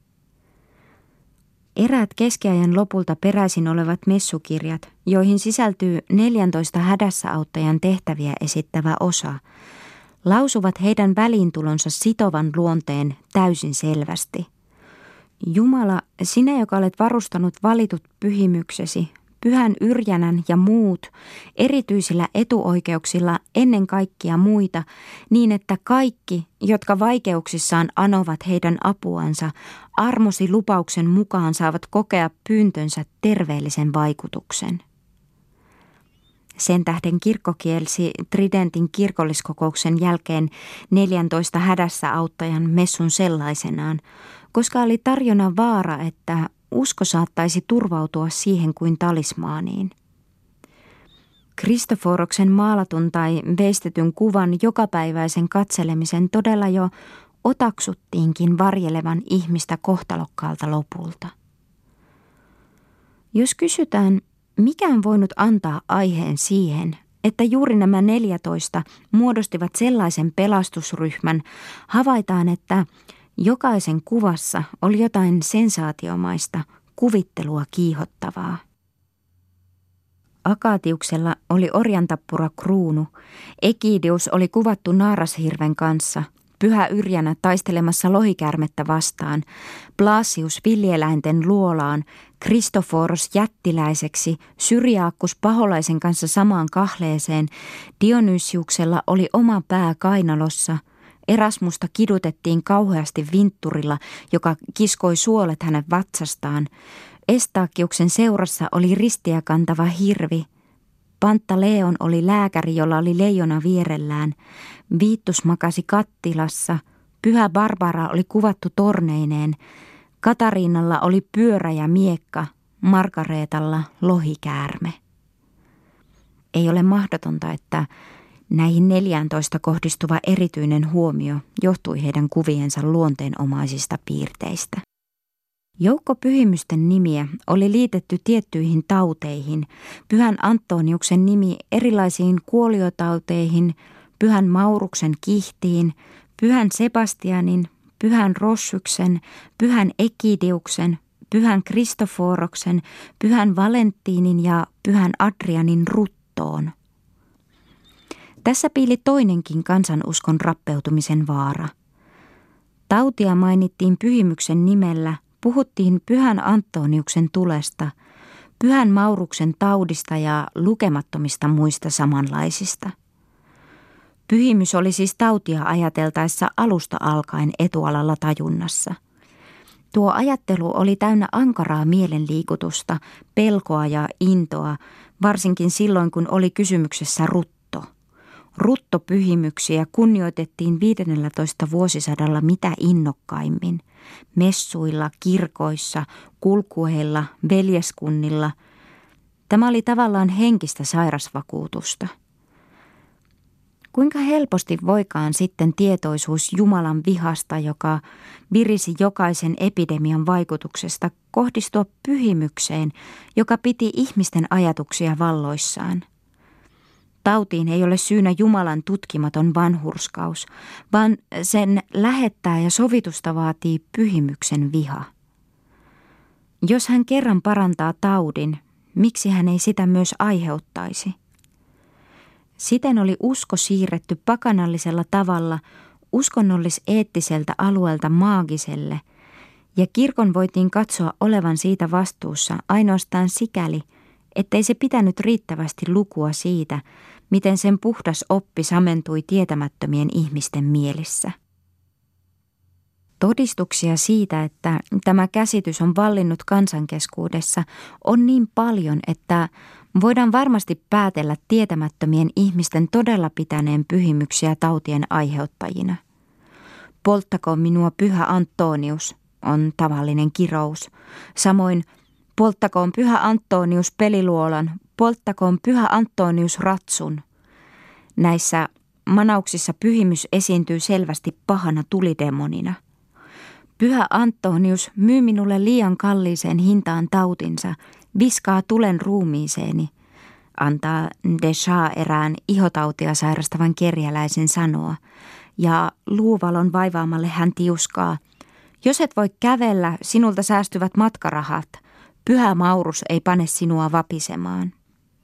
Eräät keskiajan lopulta peräisin olevat messukirjat, joihin sisältyy 14 hädässä auttajan tehtäviä esittävä osa, lausuvat heidän väliintulonsa sitovan luonteen täysin selvästi. Jumala, sinä, joka olet varustanut valitut pyhimyksesi, pyhän Yrjänän ja muut, erityisillä etuoikeuksilla ennen kaikkia muita, niin että kaikki, jotka vaikeuksissaan anovat heidän apuansa, armosi lupauksen mukaan saavat kokea pyyntönsä terveellisen vaikutuksen. Sen tähden kirkko kielsi Tridentin kirkolliskokouksen jälkeen 14 hädässä auttajan messun sellaisenaan, koska oli tarjona vaara, että usko saattaisi turvautua siihen kuin talismaaniin. Kristoforoksen maalatun tai veistetyn kuvan jokapäiväisen katselemisen todella jo otaksuttiinkin varjelevan ihmistä kohtalokkaalta lopulta. Jos kysytään, mikä on voinut antaa aiheen siihen, että juuri nämä 14 muodostivat sellaisen pelastusryhmän, havaitaan, että jokaisen kuvassa oli jotain sensaatiomaista, kuvittelua kiihottavaa. Akatiuksella oli orjantappura kruunu, Ekidius oli kuvattu naarashirven kanssa, Pyhä Yrjänä taistelemassa lohikäärmettä vastaan, Blasius villieläinten luolaan, Kristoforos jättiläiseksi, Syriaakkus paholaisen kanssa samaan kahleeseen, Dionysiuksella oli oma pää kainalossa, Erasmusta kidutettiin kauheasti vintturilla, joka kiskoi suolet hänen vatsastaan, Estakiuksen seurassa oli ristiä kantava hirvi, Pantaleon oli lääkäri, jolla oli leijona vierellään, Viittus makasi kattilassa, Pyhä Barbara oli kuvattu torneineen, Katariinalla oli pyörä ja miekka, Margareetalla lohikäärme. Ei ole mahdotonta, että näihin 14 kohdistuva erityinen huomio johtui heidän kuviensa luonteenomaisista piirteistä. Joukko pyhimysten nimiä oli liitetty tiettyihin tauteihin, Pyhän Antoniuksen nimi erilaisiin kuoliotauteihin, Pyhän Mauruksen kihtiin, Pyhän Sebastianin, Pyhän Rossyksen, Pyhän Ekidiuksen, Pyhän Kristoforoksen, Pyhän Valenttiinin ja Pyhän Adrianin ruttoon. Tässä piili toinenkin kansanuskon rappeutumisen vaara. Tautia mainittiin pyhimyksen nimellä, puhuttiin Pyhän Antoniuksen tulesta, Pyhän Mauruksen taudista ja lukemattomista muista samanlaisista. Pyhimys oli siis tautia ajateltaessa alusta alkaen etualalla tajunnassa. Tuo ajattelu oli täynnä ankaraa mielenliikutusta, pelkoa ja intoa, varsinkin silloin kun oli kysymyksessä rutto. Ruttopyhimyksiä kunnioitettiin 15 vuosisadalla mitä innokkaimmin. Messuilla, kirkoissa, kulkueilla, veljeskunnilla. Tämä oli tavallaan henkistä sairasvakuutusta. Kuinka helposti voikaan sitten tietoisuus Jumalan vihasta, joka virisi jokaisen epidemian vaikutuksesta, kohdistua pyhimykseen, joka piti ihmisten ajatuksia valloissaan. Tautiin ei ole syynä Jumalan tutkimaton vanhurskaus, vaan sen lähettää ja sovitusta vaatii pyhimyksen viha. Jos hän kerran parantaa taudin, miksi hän ei sitä myös aiheuttaisi? Siten oli usko siirretty pakanallisella tavalla uskonnollis-eettiseltä alueelta maagiselle, ja kirkon voitiin katsoa olevan siitä vastuussa ainoastaan sikäli, ettei se pitänyt riittävästi lukua siitä, miten sen puhdas oppi samentui tietämättömien ihmisten mielissä. Todistuksia siitä, että tämä käsitys on vallinnut kansankeskuudessa, on niin paljon, että voidaan varmasti päätellä tietämättömien ihmisten todella pitäneen pyhimyksiä tautien aiheuttajina. Polttakoon minua Pyhä Antonius on tavallinen kirous. Samoin polttakoon Pyhä Antonius peliluolan, polttakoon Pyhä Antonius ratsun. Näissä manauksissa pyhimys esiintyy selvästi pahana tulidemonina. Pyhä Antonius myy minulle liian kalliiseen hintaan tautinsa, viskaa tulen ruumiiseeni, antaa Deschaa erään ihotautia sairastavan kerjäläisen sanoa, ja luuvalon vaivaamalle hän tiuskaa, jos et voi kävellä, sinulta säästyvät matkarahat, Pyhä Maurus ei pane sinua vapisemaan.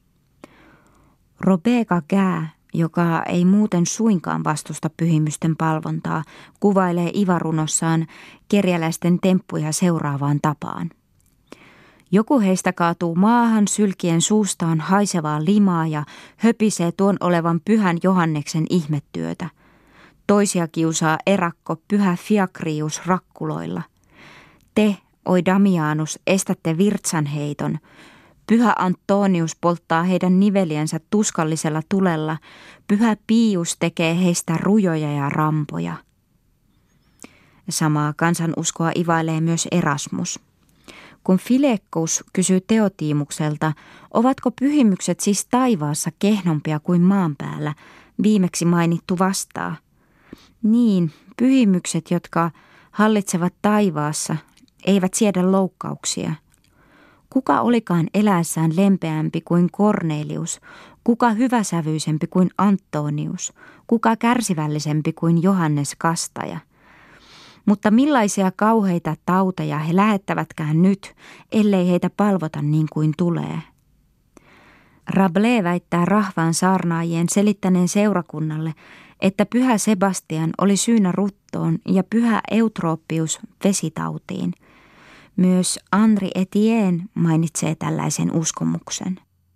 Rebecca Gää, joka ei muuten suinkaan vastusta pyhimysten palvontaa, kuvailee ivarunossaan kerjäläisten temppuja seuraavaan tapaan. Joku heistä kaatuu maahan sylkien suustaan haisevaa limaa ja höpisee tuon olevan Pyhän Johanneksen ihmetyötä. Toisia kiusaa erakko Pyhä Fiakrius rakkuloilla. Te, oi Damianus, estätte virtsanheiton. Pyhä Antonius polttaa heidän niveliensä tuskallisella tulella. Pyhä Pius tekee heistä rujoja ja rampoja. Samaa kansanuskoa ivailee myös Erasmus. kun Filekkus kysyi Theotimukselta, ovatko pyhimykset siis taivaassa kehnompia kuin maan päällä, viimeksi mainittu vastaa. Niin, pyhimykset, jotka hallitsevat taivaassa, eivät siedä loukkauksia. Kuka olikaan eläessään lempeämpi kuin Kornelius, kuka hyväsävyisempi kuin Antonius, kuka kärsivällisempi kuin Johannes Kastaja. Mutta millaisia kauheita tauteja he lähettävätkään nyt, ellei heitä palvota niin kuin tulee. Rabelais väittää rahvaan saarnaajien selittäneen seurakunnalle, että pyhä Sebastian oli syynä ruttoon ja pyhä Eutropius vesitautiin. Myös Henri Etienne mainitsee tällaisen uskomuksen.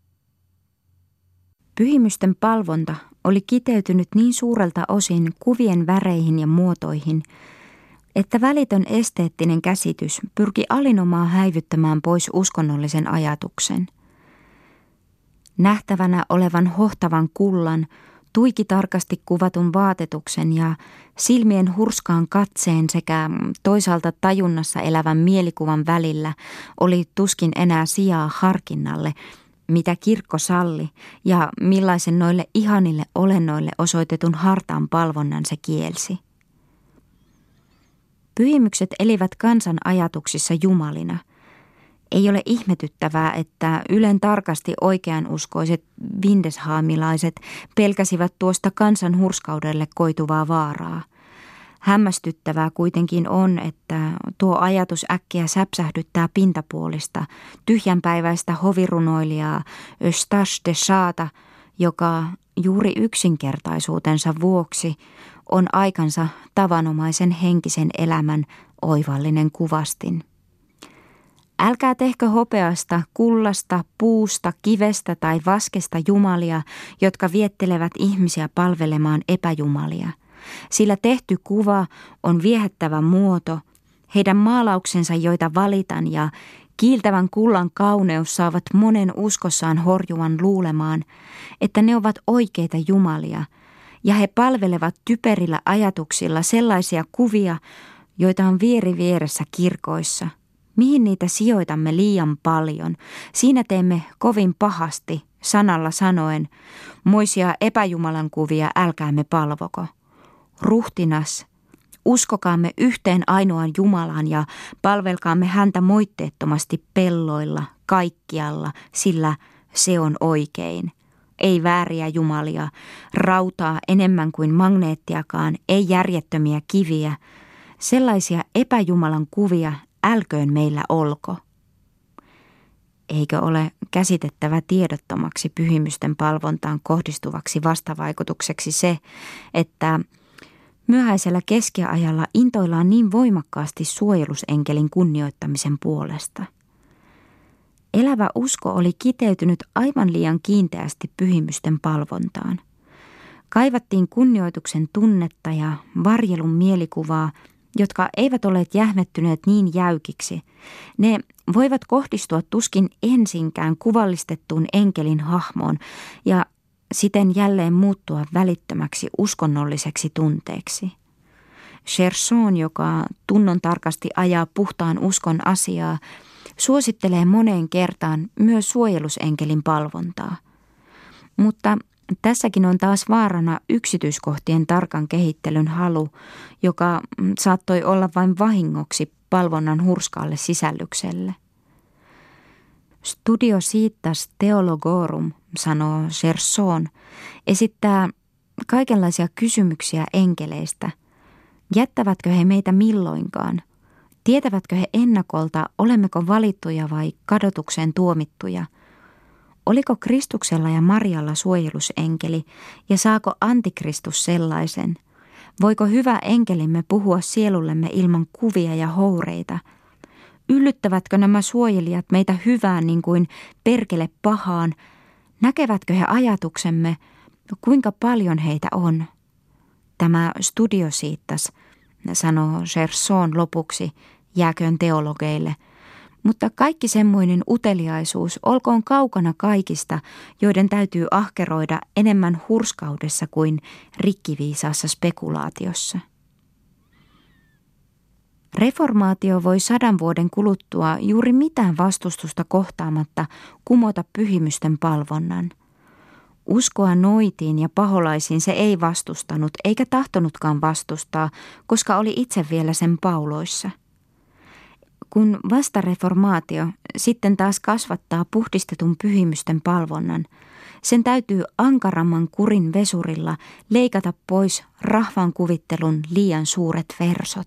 Pyhimysten palvonta oli kiteytynyt niin suurelta osin kuvien väreihin ja muotoihin, että välitön esteettinen käsitys pyrki alinomaan häivyttämään pois uskonnollisen ajatuksen. Nähtävänä olevan hohtavan kullan, tuikitarkasti kuvatun vaatetuksen ja silmien hurskaan katseen sekä toisaalta tajunnassa elävän mielikuvan välillä oli tuskin enää sijaa harkinnalle, mitä kirkko salli ja millaisen noille ihanille olennoille osoitetun hartaan palvonnan se kielsi. Pyhimykset elivät kansan ajatuksissa jumalina. Ei ole ihmetyttävää, että ylen tarkasti oikeanuskoiset vindeshaamilaiset pelkäsivät tuosta kansan hurskaudelle koituvaa vaaraa. Hämmästyttävää kuitenkin on, että tuo ajatus äkkiä säpsähdyttää pintapuolista, tyhjänpäiväistä hovirunoilijaa Eustache de Sata, joka juuri yksinkertaisuutensa vuoksi on aikansa tavanomaisen henkisen elämän oivallinen kuvastin. Älkää tehkö hopeasta, kullasta, puusta, kivestä tai vaskesta jumalia, jotka viettelevät ihmisiä palvelemaan epäjumalia. Sillä tehty kuva on viehättävä muoto, heidän maalauksensa, joita valitan, ja kiiltävän kullan kauneus saavat monen uskossaan horjuvan luulemaan, että ne ovat oikeita jumalia, ja he palvelevat typerillä ajatuksilla sellaisia kuvia, joita on vieri vieressä kirkoissa. Mihin niitä sijoitamme liian paljon? Siinä teemme kovin pahasti, sanalla sanoen, moisia epäjumalan kuvia älkäämme palvoko. Ruhtinas, uskokaamme yhteen ainoaan Jumalaan ja palvelkaamme häntä moitteettomasti pelloilla, kaikkialla, sillä se on oikein. Ei vääriä jumalia, rautaa enemmän kuin magneettiakaan, ei järjettömiä kiviä. Sellaisia epäjumalan kuvia älköön meillä olko. Eikö ole käsitettävä tiedottomaksi pyhimysten palvontaan kohdistuvaksi vastavaikutukseksi se, että myöhäisellä keskiajalla intoillaan niin voimakkaasti suojelusenkelin kunnioittamisen puolesta. Elävä usko oli kiteytynyt aivan liian kiinteästi pyhimysten palvontaan. Kaivattiin kunnioituksen tunnetta ja varjelun mielikuvaa, jotka eivät olleet jähmettyneet niin jäykiksi. Ne voivat kohdistua tuskin ensinkään kuvallistettuun enkelin hahmoon ja siten jälleen muuttua välittömäksi uskonnolliseksi tunteeksi. Cherson, joka tunnon tarkasti ajaa puhtaan uskon asiaa, suosittelee moneen kertaan myös suojelusenkelin palvontaa. Mutta tässäkin on taas vaarana yksityiskohtien tarkan kehittelyn halu, joka saattoi olla vain vahingoksi palvonnan hurskaalle sisällykselle. Studiositas theologorum, sanoo Cherson, esittää kaikenlaisia kysymyksiä enkeleistä. Jättävätkö he meitä milloinkaan? Tietävätkö he ennakolta, olemmeko valittuja vai kadotukseen tuomittuja? Oliko Kristuksella ja Marialla suojelusenkeli ja saako antikristus sellaisen? Voiko hyvä enkelimme puhua sielullemme ilman kuvia ja houreita? Yllyttävätkö nämä suojelijat meitä hyvään niin kuin perkele pahaan? Näkevätkö he ajatuksemme, kuinka paljon heitä on? Tämä studiosiittas, sanoo Cherson lopuksi, jääköön teologeille. Mutta kaikki semmoinen uteliaisuus olkoon kaukana kaikista, joiden täytyy ahkeroida enemmän hurskaudessa kuin rikkiviisaassa spekulaatiossa. Reformaatio voi 100 vuoden kuluttua juuri mitään vastustusta kohtaamatta kumota pyhimysten palvonnan. Uskoa noitiin ja paholaisiin se ei vastustanut eikä tahtonutkaan vastustaa, koska oli itse vielä sen pauloissa. Kun vastareformaatio sitten taas kasvattaa puhdistetun pyhimysten palvonnan, sen täytyy ankaramman kurin vesurilla leikata pois rahvan kuvittelun liian suuret versot.